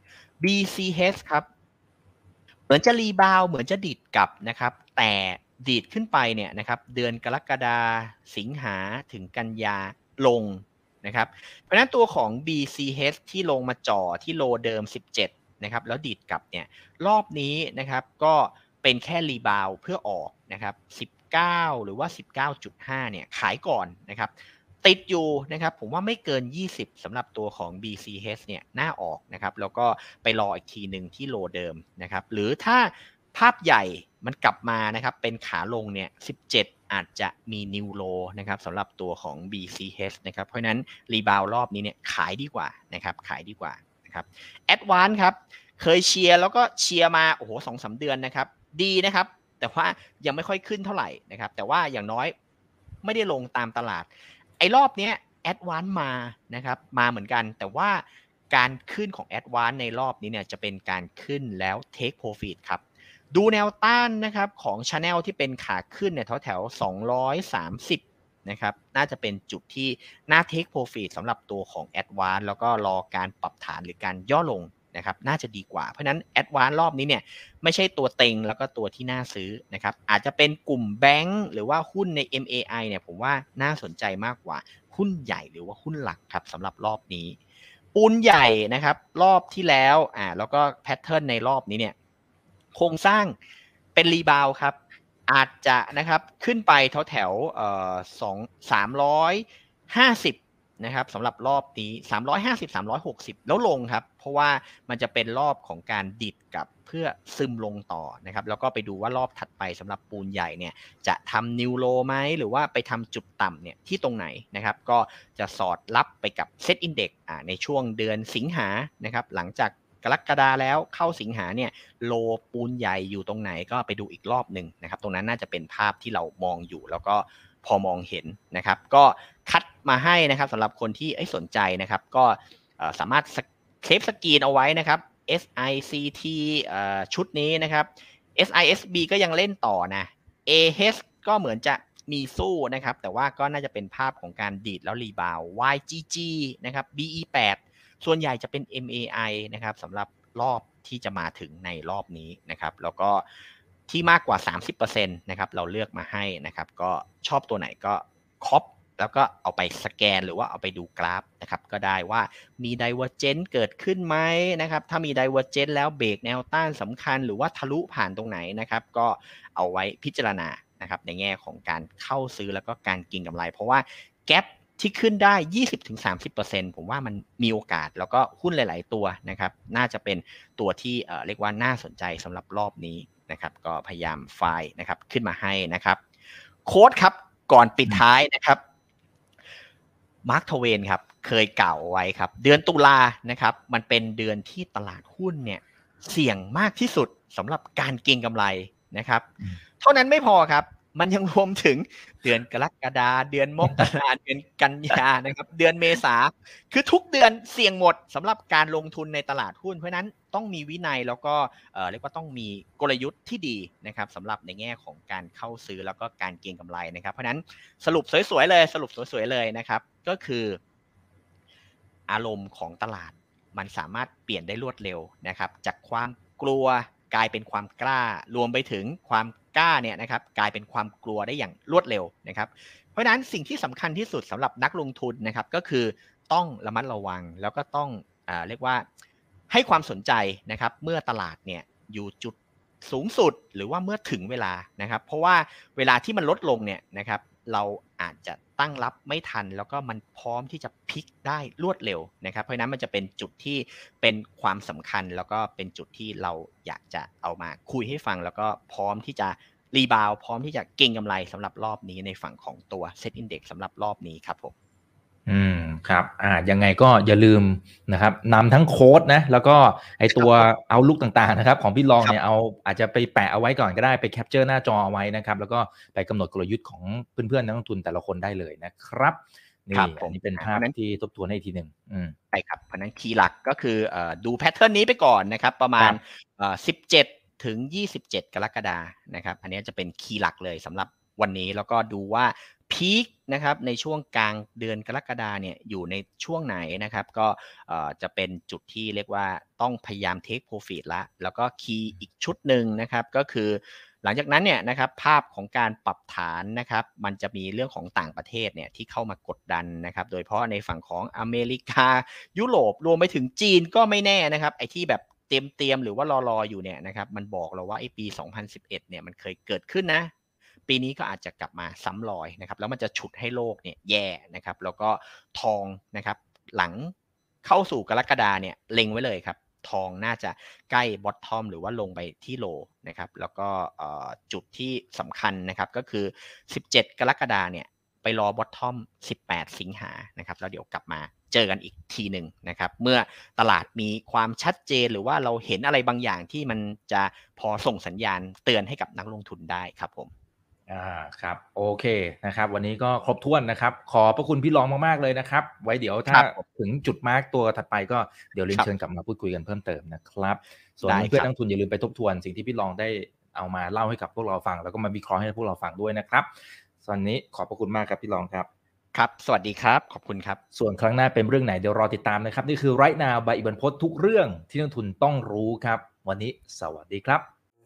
BCH ครับเหมือนจะรีบาวเหมือนจะดีดกลับนะครับแต่ดีดขึ้นไปเนี่ยนะครับเดือนกรกฎาสิงหาถึงกันยาลงนะครับเพราะฉะนั้นตัวของ BCH ที่ลงมาจ่อที่โลเดิม17นะครับแล้วดีดกลับเนี่ยรอบนี้นะครับก็เป็นแค่รีบาวเพื่อออกนะครับ19หรือว่า 19.5 เนี่ยขายก่อนนะครับติดอยู่นะครับผมว่าไม่เกิน20สำหรับตัวของ BCH เนี่ยน่าออกนะครับแล้วก็ไปรออีกทีหนึ่งที่โลเดิมนะครับหรือถ้าภาพใหญ่มันกลับมานะครับเป็นขาลงเนี่ย17อาจจะมีนิวโลนะครับสำหรับตัวของ BCH นะครับเพราะฉะนั้นรีบาวรอบนี้เนี่ยขายดีกว่านะครับขายดีกว่านะครับ Advance ครับเคยเชียร์แล้วก็เชียร์มา2-3 เดือนนะครับดีนะครับแต่ว่ายังไม่ค่อยขึ้นเท่าไหร่นะครับแต่ว่าอย่างน้อยไม่ได้ลงตามตลาดรอบนี้ Advance มานะครับมาเหมือนกันแต่ว่าการขึ้นของ Advance ในรอบนี้เนี่ยจะเป็นการขึ้นแล้ว Take Profit ครับดูแนวต้านนะครับของ Channel ที่เป็นขาขึ้นเนี่ยแถว230นะครับน่าจะเป็นจุดที่น่า Take Profit สำหรับตัวของ Advance แล้วก็รอการปรับฐานหรือการย่อลงนะครับน่าจะดีกว่าเพราะนั้น Advance รอบนี้เนี่ยไม่ใช่ตัวเต็งแล้วก็ตัวที่น่าซื้อนะครับอาจจะเป็นกลุ่มแบงก์หรือว่าหุ้นใน MAI เนี่ยผมว่าน่าสนใจมากกว่าหุ้นใหญ่หรือว่าหุ้นหลักครับสำหรับรอบนี้ปูนใหญ่นะครับรอบที่แล้วแล้วก็แพทเทิร์นในรอบนี้เนี่ยโครงสร้างเป็นรีบาวครับอาจจะนะครับขึ้นไปแถว350นะครับสำหรับรอบนี้350-360แล้วลงครับเพราะว่ามันจะเป็นรอบของการดิดกับเพื่อซึมลงต่อนะครับแล้วก็ไปดูว่ารอบถัดไปสำหรับปูนใหญ่เนี่ยจะทำนิวโลไหมหรือว่าไปทำจุดต่ำเนี่ยที่ตรงไหนนะครับก็จะสอดรับไปกับเซตอินเด็กซ์ในช่วงเดือนสิงหานะครับหลังจากกรกฎาแล้วเข้าสิงหาเนี่ยโลปูนใหญ่อยู่ตรงไหนก็ไปดูอีกรอบหนึ่งนะครับตรงนั้นน่าจะเป็นภาพที่เรามองอยู่แล้วก็พอมองเห็นนะครับก็คัดมาให้นะครับสำหรับคนที่สนใจนะครับก็สามารถเซฟสกรีนเอาไว้นะครับ SICT ชุดนี้นะครับ SISB ก็ยังเล่นต่อนะ AH ก็เหมือนจะมีสู้นะครับแต่ว่าก็น่าจะเป็นภาพของการดีดแล้วรีบาว YGG นะครับ BE8 ส่วนใหญ่จะเป็น MAI นะครับสำหรับรอบที่จะมาถึงในรอบนี้นะครับแล้วก็ที่มากกว่า 30% นะครับเราเลือกมาให้นะครับก็ชอบตัวไหนก็คอปแล้วก็เอาไปสแกนหรือว่าเอาไปดูกราฟนะครับก็ได้ว่ามี Divergence เกิดขึ้นไหมนะครับถ้ามี Divergence แล้วเบรกแนวต้านสำคัญหรือว่าทะลุผ่านตรงไหนนะครับก็เอาไว้พิจารณานะครับในแง่ของการเข้าซื้อแล้วก็การเก็งกำไรเพราะว่าแกปที่ขึ้นได้ 20-30% ผมว่ามันมีโอกาสแล้วก็หุ้นหลายๆตัวนะครับน่าจะเป็นตัวที่เรียกว่าน่าสนใจสำหรับรอบนี้นะครับก็พยายามไฟล์นะครับขึ้นมาให้นะครับโค้ดครับก่อนปิดท้ายนะครับมาร์ค ทเวนครับเคยกล่าวไว้ครับเดือนตุลานะครับมันเป็นเดือนที่ตลาดหุ้นเนี่ยเสี่ยงมากที่สุดสำหรับการเก็งกำไรนะครับเท่านั้นไม่พอครับมันยังรวมถึงเดือนกรกฎาคมเดือนมกราเดือนกันยานะครับเดือนเมษาคือทุกเดือนเสี่ยงหมดสำหรับการลงทุนในตลาดหุ้นเพราะนั้นต้องมีวินัยแล้วก็เรียกว่าต้องมีกลยุทธ์ที่ดีนะครับสำหรับในแง่ของการเข้าซื้อแล้วก็การเก็งกำไรนะครับเพราะนั้นสรุปสวยๆเลยนะครับก็คืออารมณ์ของตลาดมันสามารถเปลี่ยนได้รวดเร็วนะครับจากความกลัวกลายเป็นความกล้ารวมไปถึงความกล้าเนี่ยนะครับกลายเป็นความกลัวได้อย่างรวดเร็วนะครับเพราะฉะนั้นสิ่งที่สำคัญที่สุดสำหรับนักลงทุนนะครับก็คือต้องระมัดระวังแล้วก็ต้องเรียกว่าให้ความสนใจนะครับเมื่อตลาดเนี่ยอยู่จุดสูงสุดหรือว่าเมื่อถึงเวลานะครับเพราะว่าเวลาที่มันลดลงเนี่ยนะครับเราอาจจะตั้งรับไม่ทันแล้วก็มันพร้อมที่จะพลิกได้รวดเร็วนะครับเพราะฉะนั้นมันจะเป็นจุดที่เป็นความสำคัญแล้วก็เป็นจุดที่เราอยากจะเอามาคุยให้ฟังแล้วก็พร้อมที่จะรีบาวพร้อมที่จะเก็งกำไรสำหรับรอบนี้ในฝั่งของตัว Set Index สำหรับรอบนี้ครับผมครับยังไงก็อย่าลืมนะครับนำทั้งโค้ดนะแล้วก็ไอตัวเอาลุกต่างๆนะครับของพี่ลองเนี่ยเอาอาจจะไปแปะเอาไว้ก่อนก็ได้ไปแคปเจอร์หน้าจอเอาไว้นะครับแล้วก็ไปกำหนดกลยุทธ์ของเพื่อนๆนักลงทุนแต่ละคนได้เลยนะครับนี่อันนี้เป็นภาพที่ทบทวนให้ทีหนึ่งใช่ครับเพราะนั้นคีย์หลักก็คือดูแพทเทิร์นนี้ไปก่อนนะครับประมาณ17 ถึง 27 กรกฎาคมนะครับอันนี้จะเป็นคีย์หลักเลยสำหรับวันนี้แล้วก็ดูว่าพีคนะครับในช่วงกลางเดือนกรกฎาคมเนี่ยอยู่ในช่วงไหนนะครับก็จะเป็นจุดที่เรียกว่าต้องพยายามเทคโปรฟิตแล้วก็คีย์อีกชุดหนึ่งนะครับก็คือหลังจากนั้นเนี่ยนะครับภาพของการปรับฐานนะครับมันจะมีเรื่องของต่างประเทศเนี่ยที่เข้ามากดดันนะครับโดยเฉพาะในฝั่งของอเมริกายุโรปรวมไปถึงจีนก็ไม่แน่นะครับไอ้ที่แบบเตรียมหรือว่ารออยู่เนี่ยนะครับมันบอกเราว่าไอ้ปี2011เนี่ยมันเคยเกิดขึ้นนะปีนี้ก็อาจจะกลับมาซ้ำรอยนะครับแล้วมันจะฉุดให้โลกเนี่ยแย่นะครับแล้วก็ทองนะครับหลังเข้าสู่กรกฎาเนี่ยเล็งไว้เลยครับทองน่าจะใกล้บอททอมหรือว่าลงไปที่โลนะครับแล้วก็จุดที่สำคัญนะครับก็คือ17กรกฎาเนี่ยไปรอบอททอม18สิงหานะครับแล้วเดี๋ยวกลับมาเจอกันอีกทีหนึ่งนะครับเมื่อตลาดมีความชัดเจนหรือว่าเราเห็นอะไรบางอย่างที่มันจะพอส่งสัญญาณเตือนให้กับนักลงทุนได้ครับผมครับโอเคนะครับวันนี้ก็ครบถ้วนนะครับขอบพระคุณพี่รองมากๆเลยนะครับไว้เดี๋ยวถ้าถึงจุดมาร์กตัวถัดไปก็เดี๋ยวเรียนเชิญกลับมาพูดคุยกันเพิ่มเติมนะครับส่วนเพื่อนนักลงทุนอย่าลืมไปทบทวนสิ่งที่พี่รองได้เอามาเล่าให้กับพวกเราฟังแล้วก็มาวิเคราะห์ให้พวกเราฟังด้วยนะครับตอนนี้ขอบพระคุณมากครับพี่รองครับครับสวัสดีครับขอบคุณครับส่วนครั้งหน้าเป็นเรื่องไหนเดี๋ยวรอติดตามนะครับนี่คือ Right Now บายอิบันพจน์ทุกเรื่องที่นักลงทุนต้องรู้ครับวันนี้สวัสดีครับ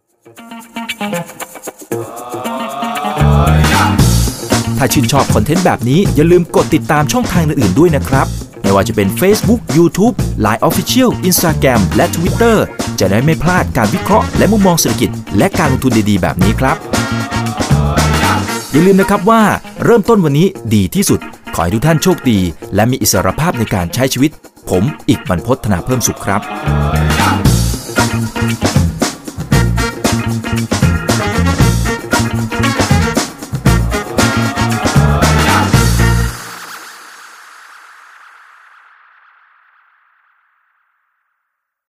ถ้าชื่นชอบคอนเทนต์แบบนี้อย่าลืมกดติดตามช่องทางอื่นๆด้วยนะครับไม่ว่าจะเป็น Facebook, YouTube, Line Official, Instagram และ Twitter จะได้ไม่พลาดการวิเคราะห์และมุมมองเศรษฐกิจและการลงทุนดีๆแบบนี้ครับอย่าลืมนะครับว่าเริ่มต้นวันนี้ดีที่สุดขอให้ทุกท่านโชคดีและมีอิสรภาพในการใช้ชีวิตผมอีกบรรพต ธนาเพิ่มสุขครับ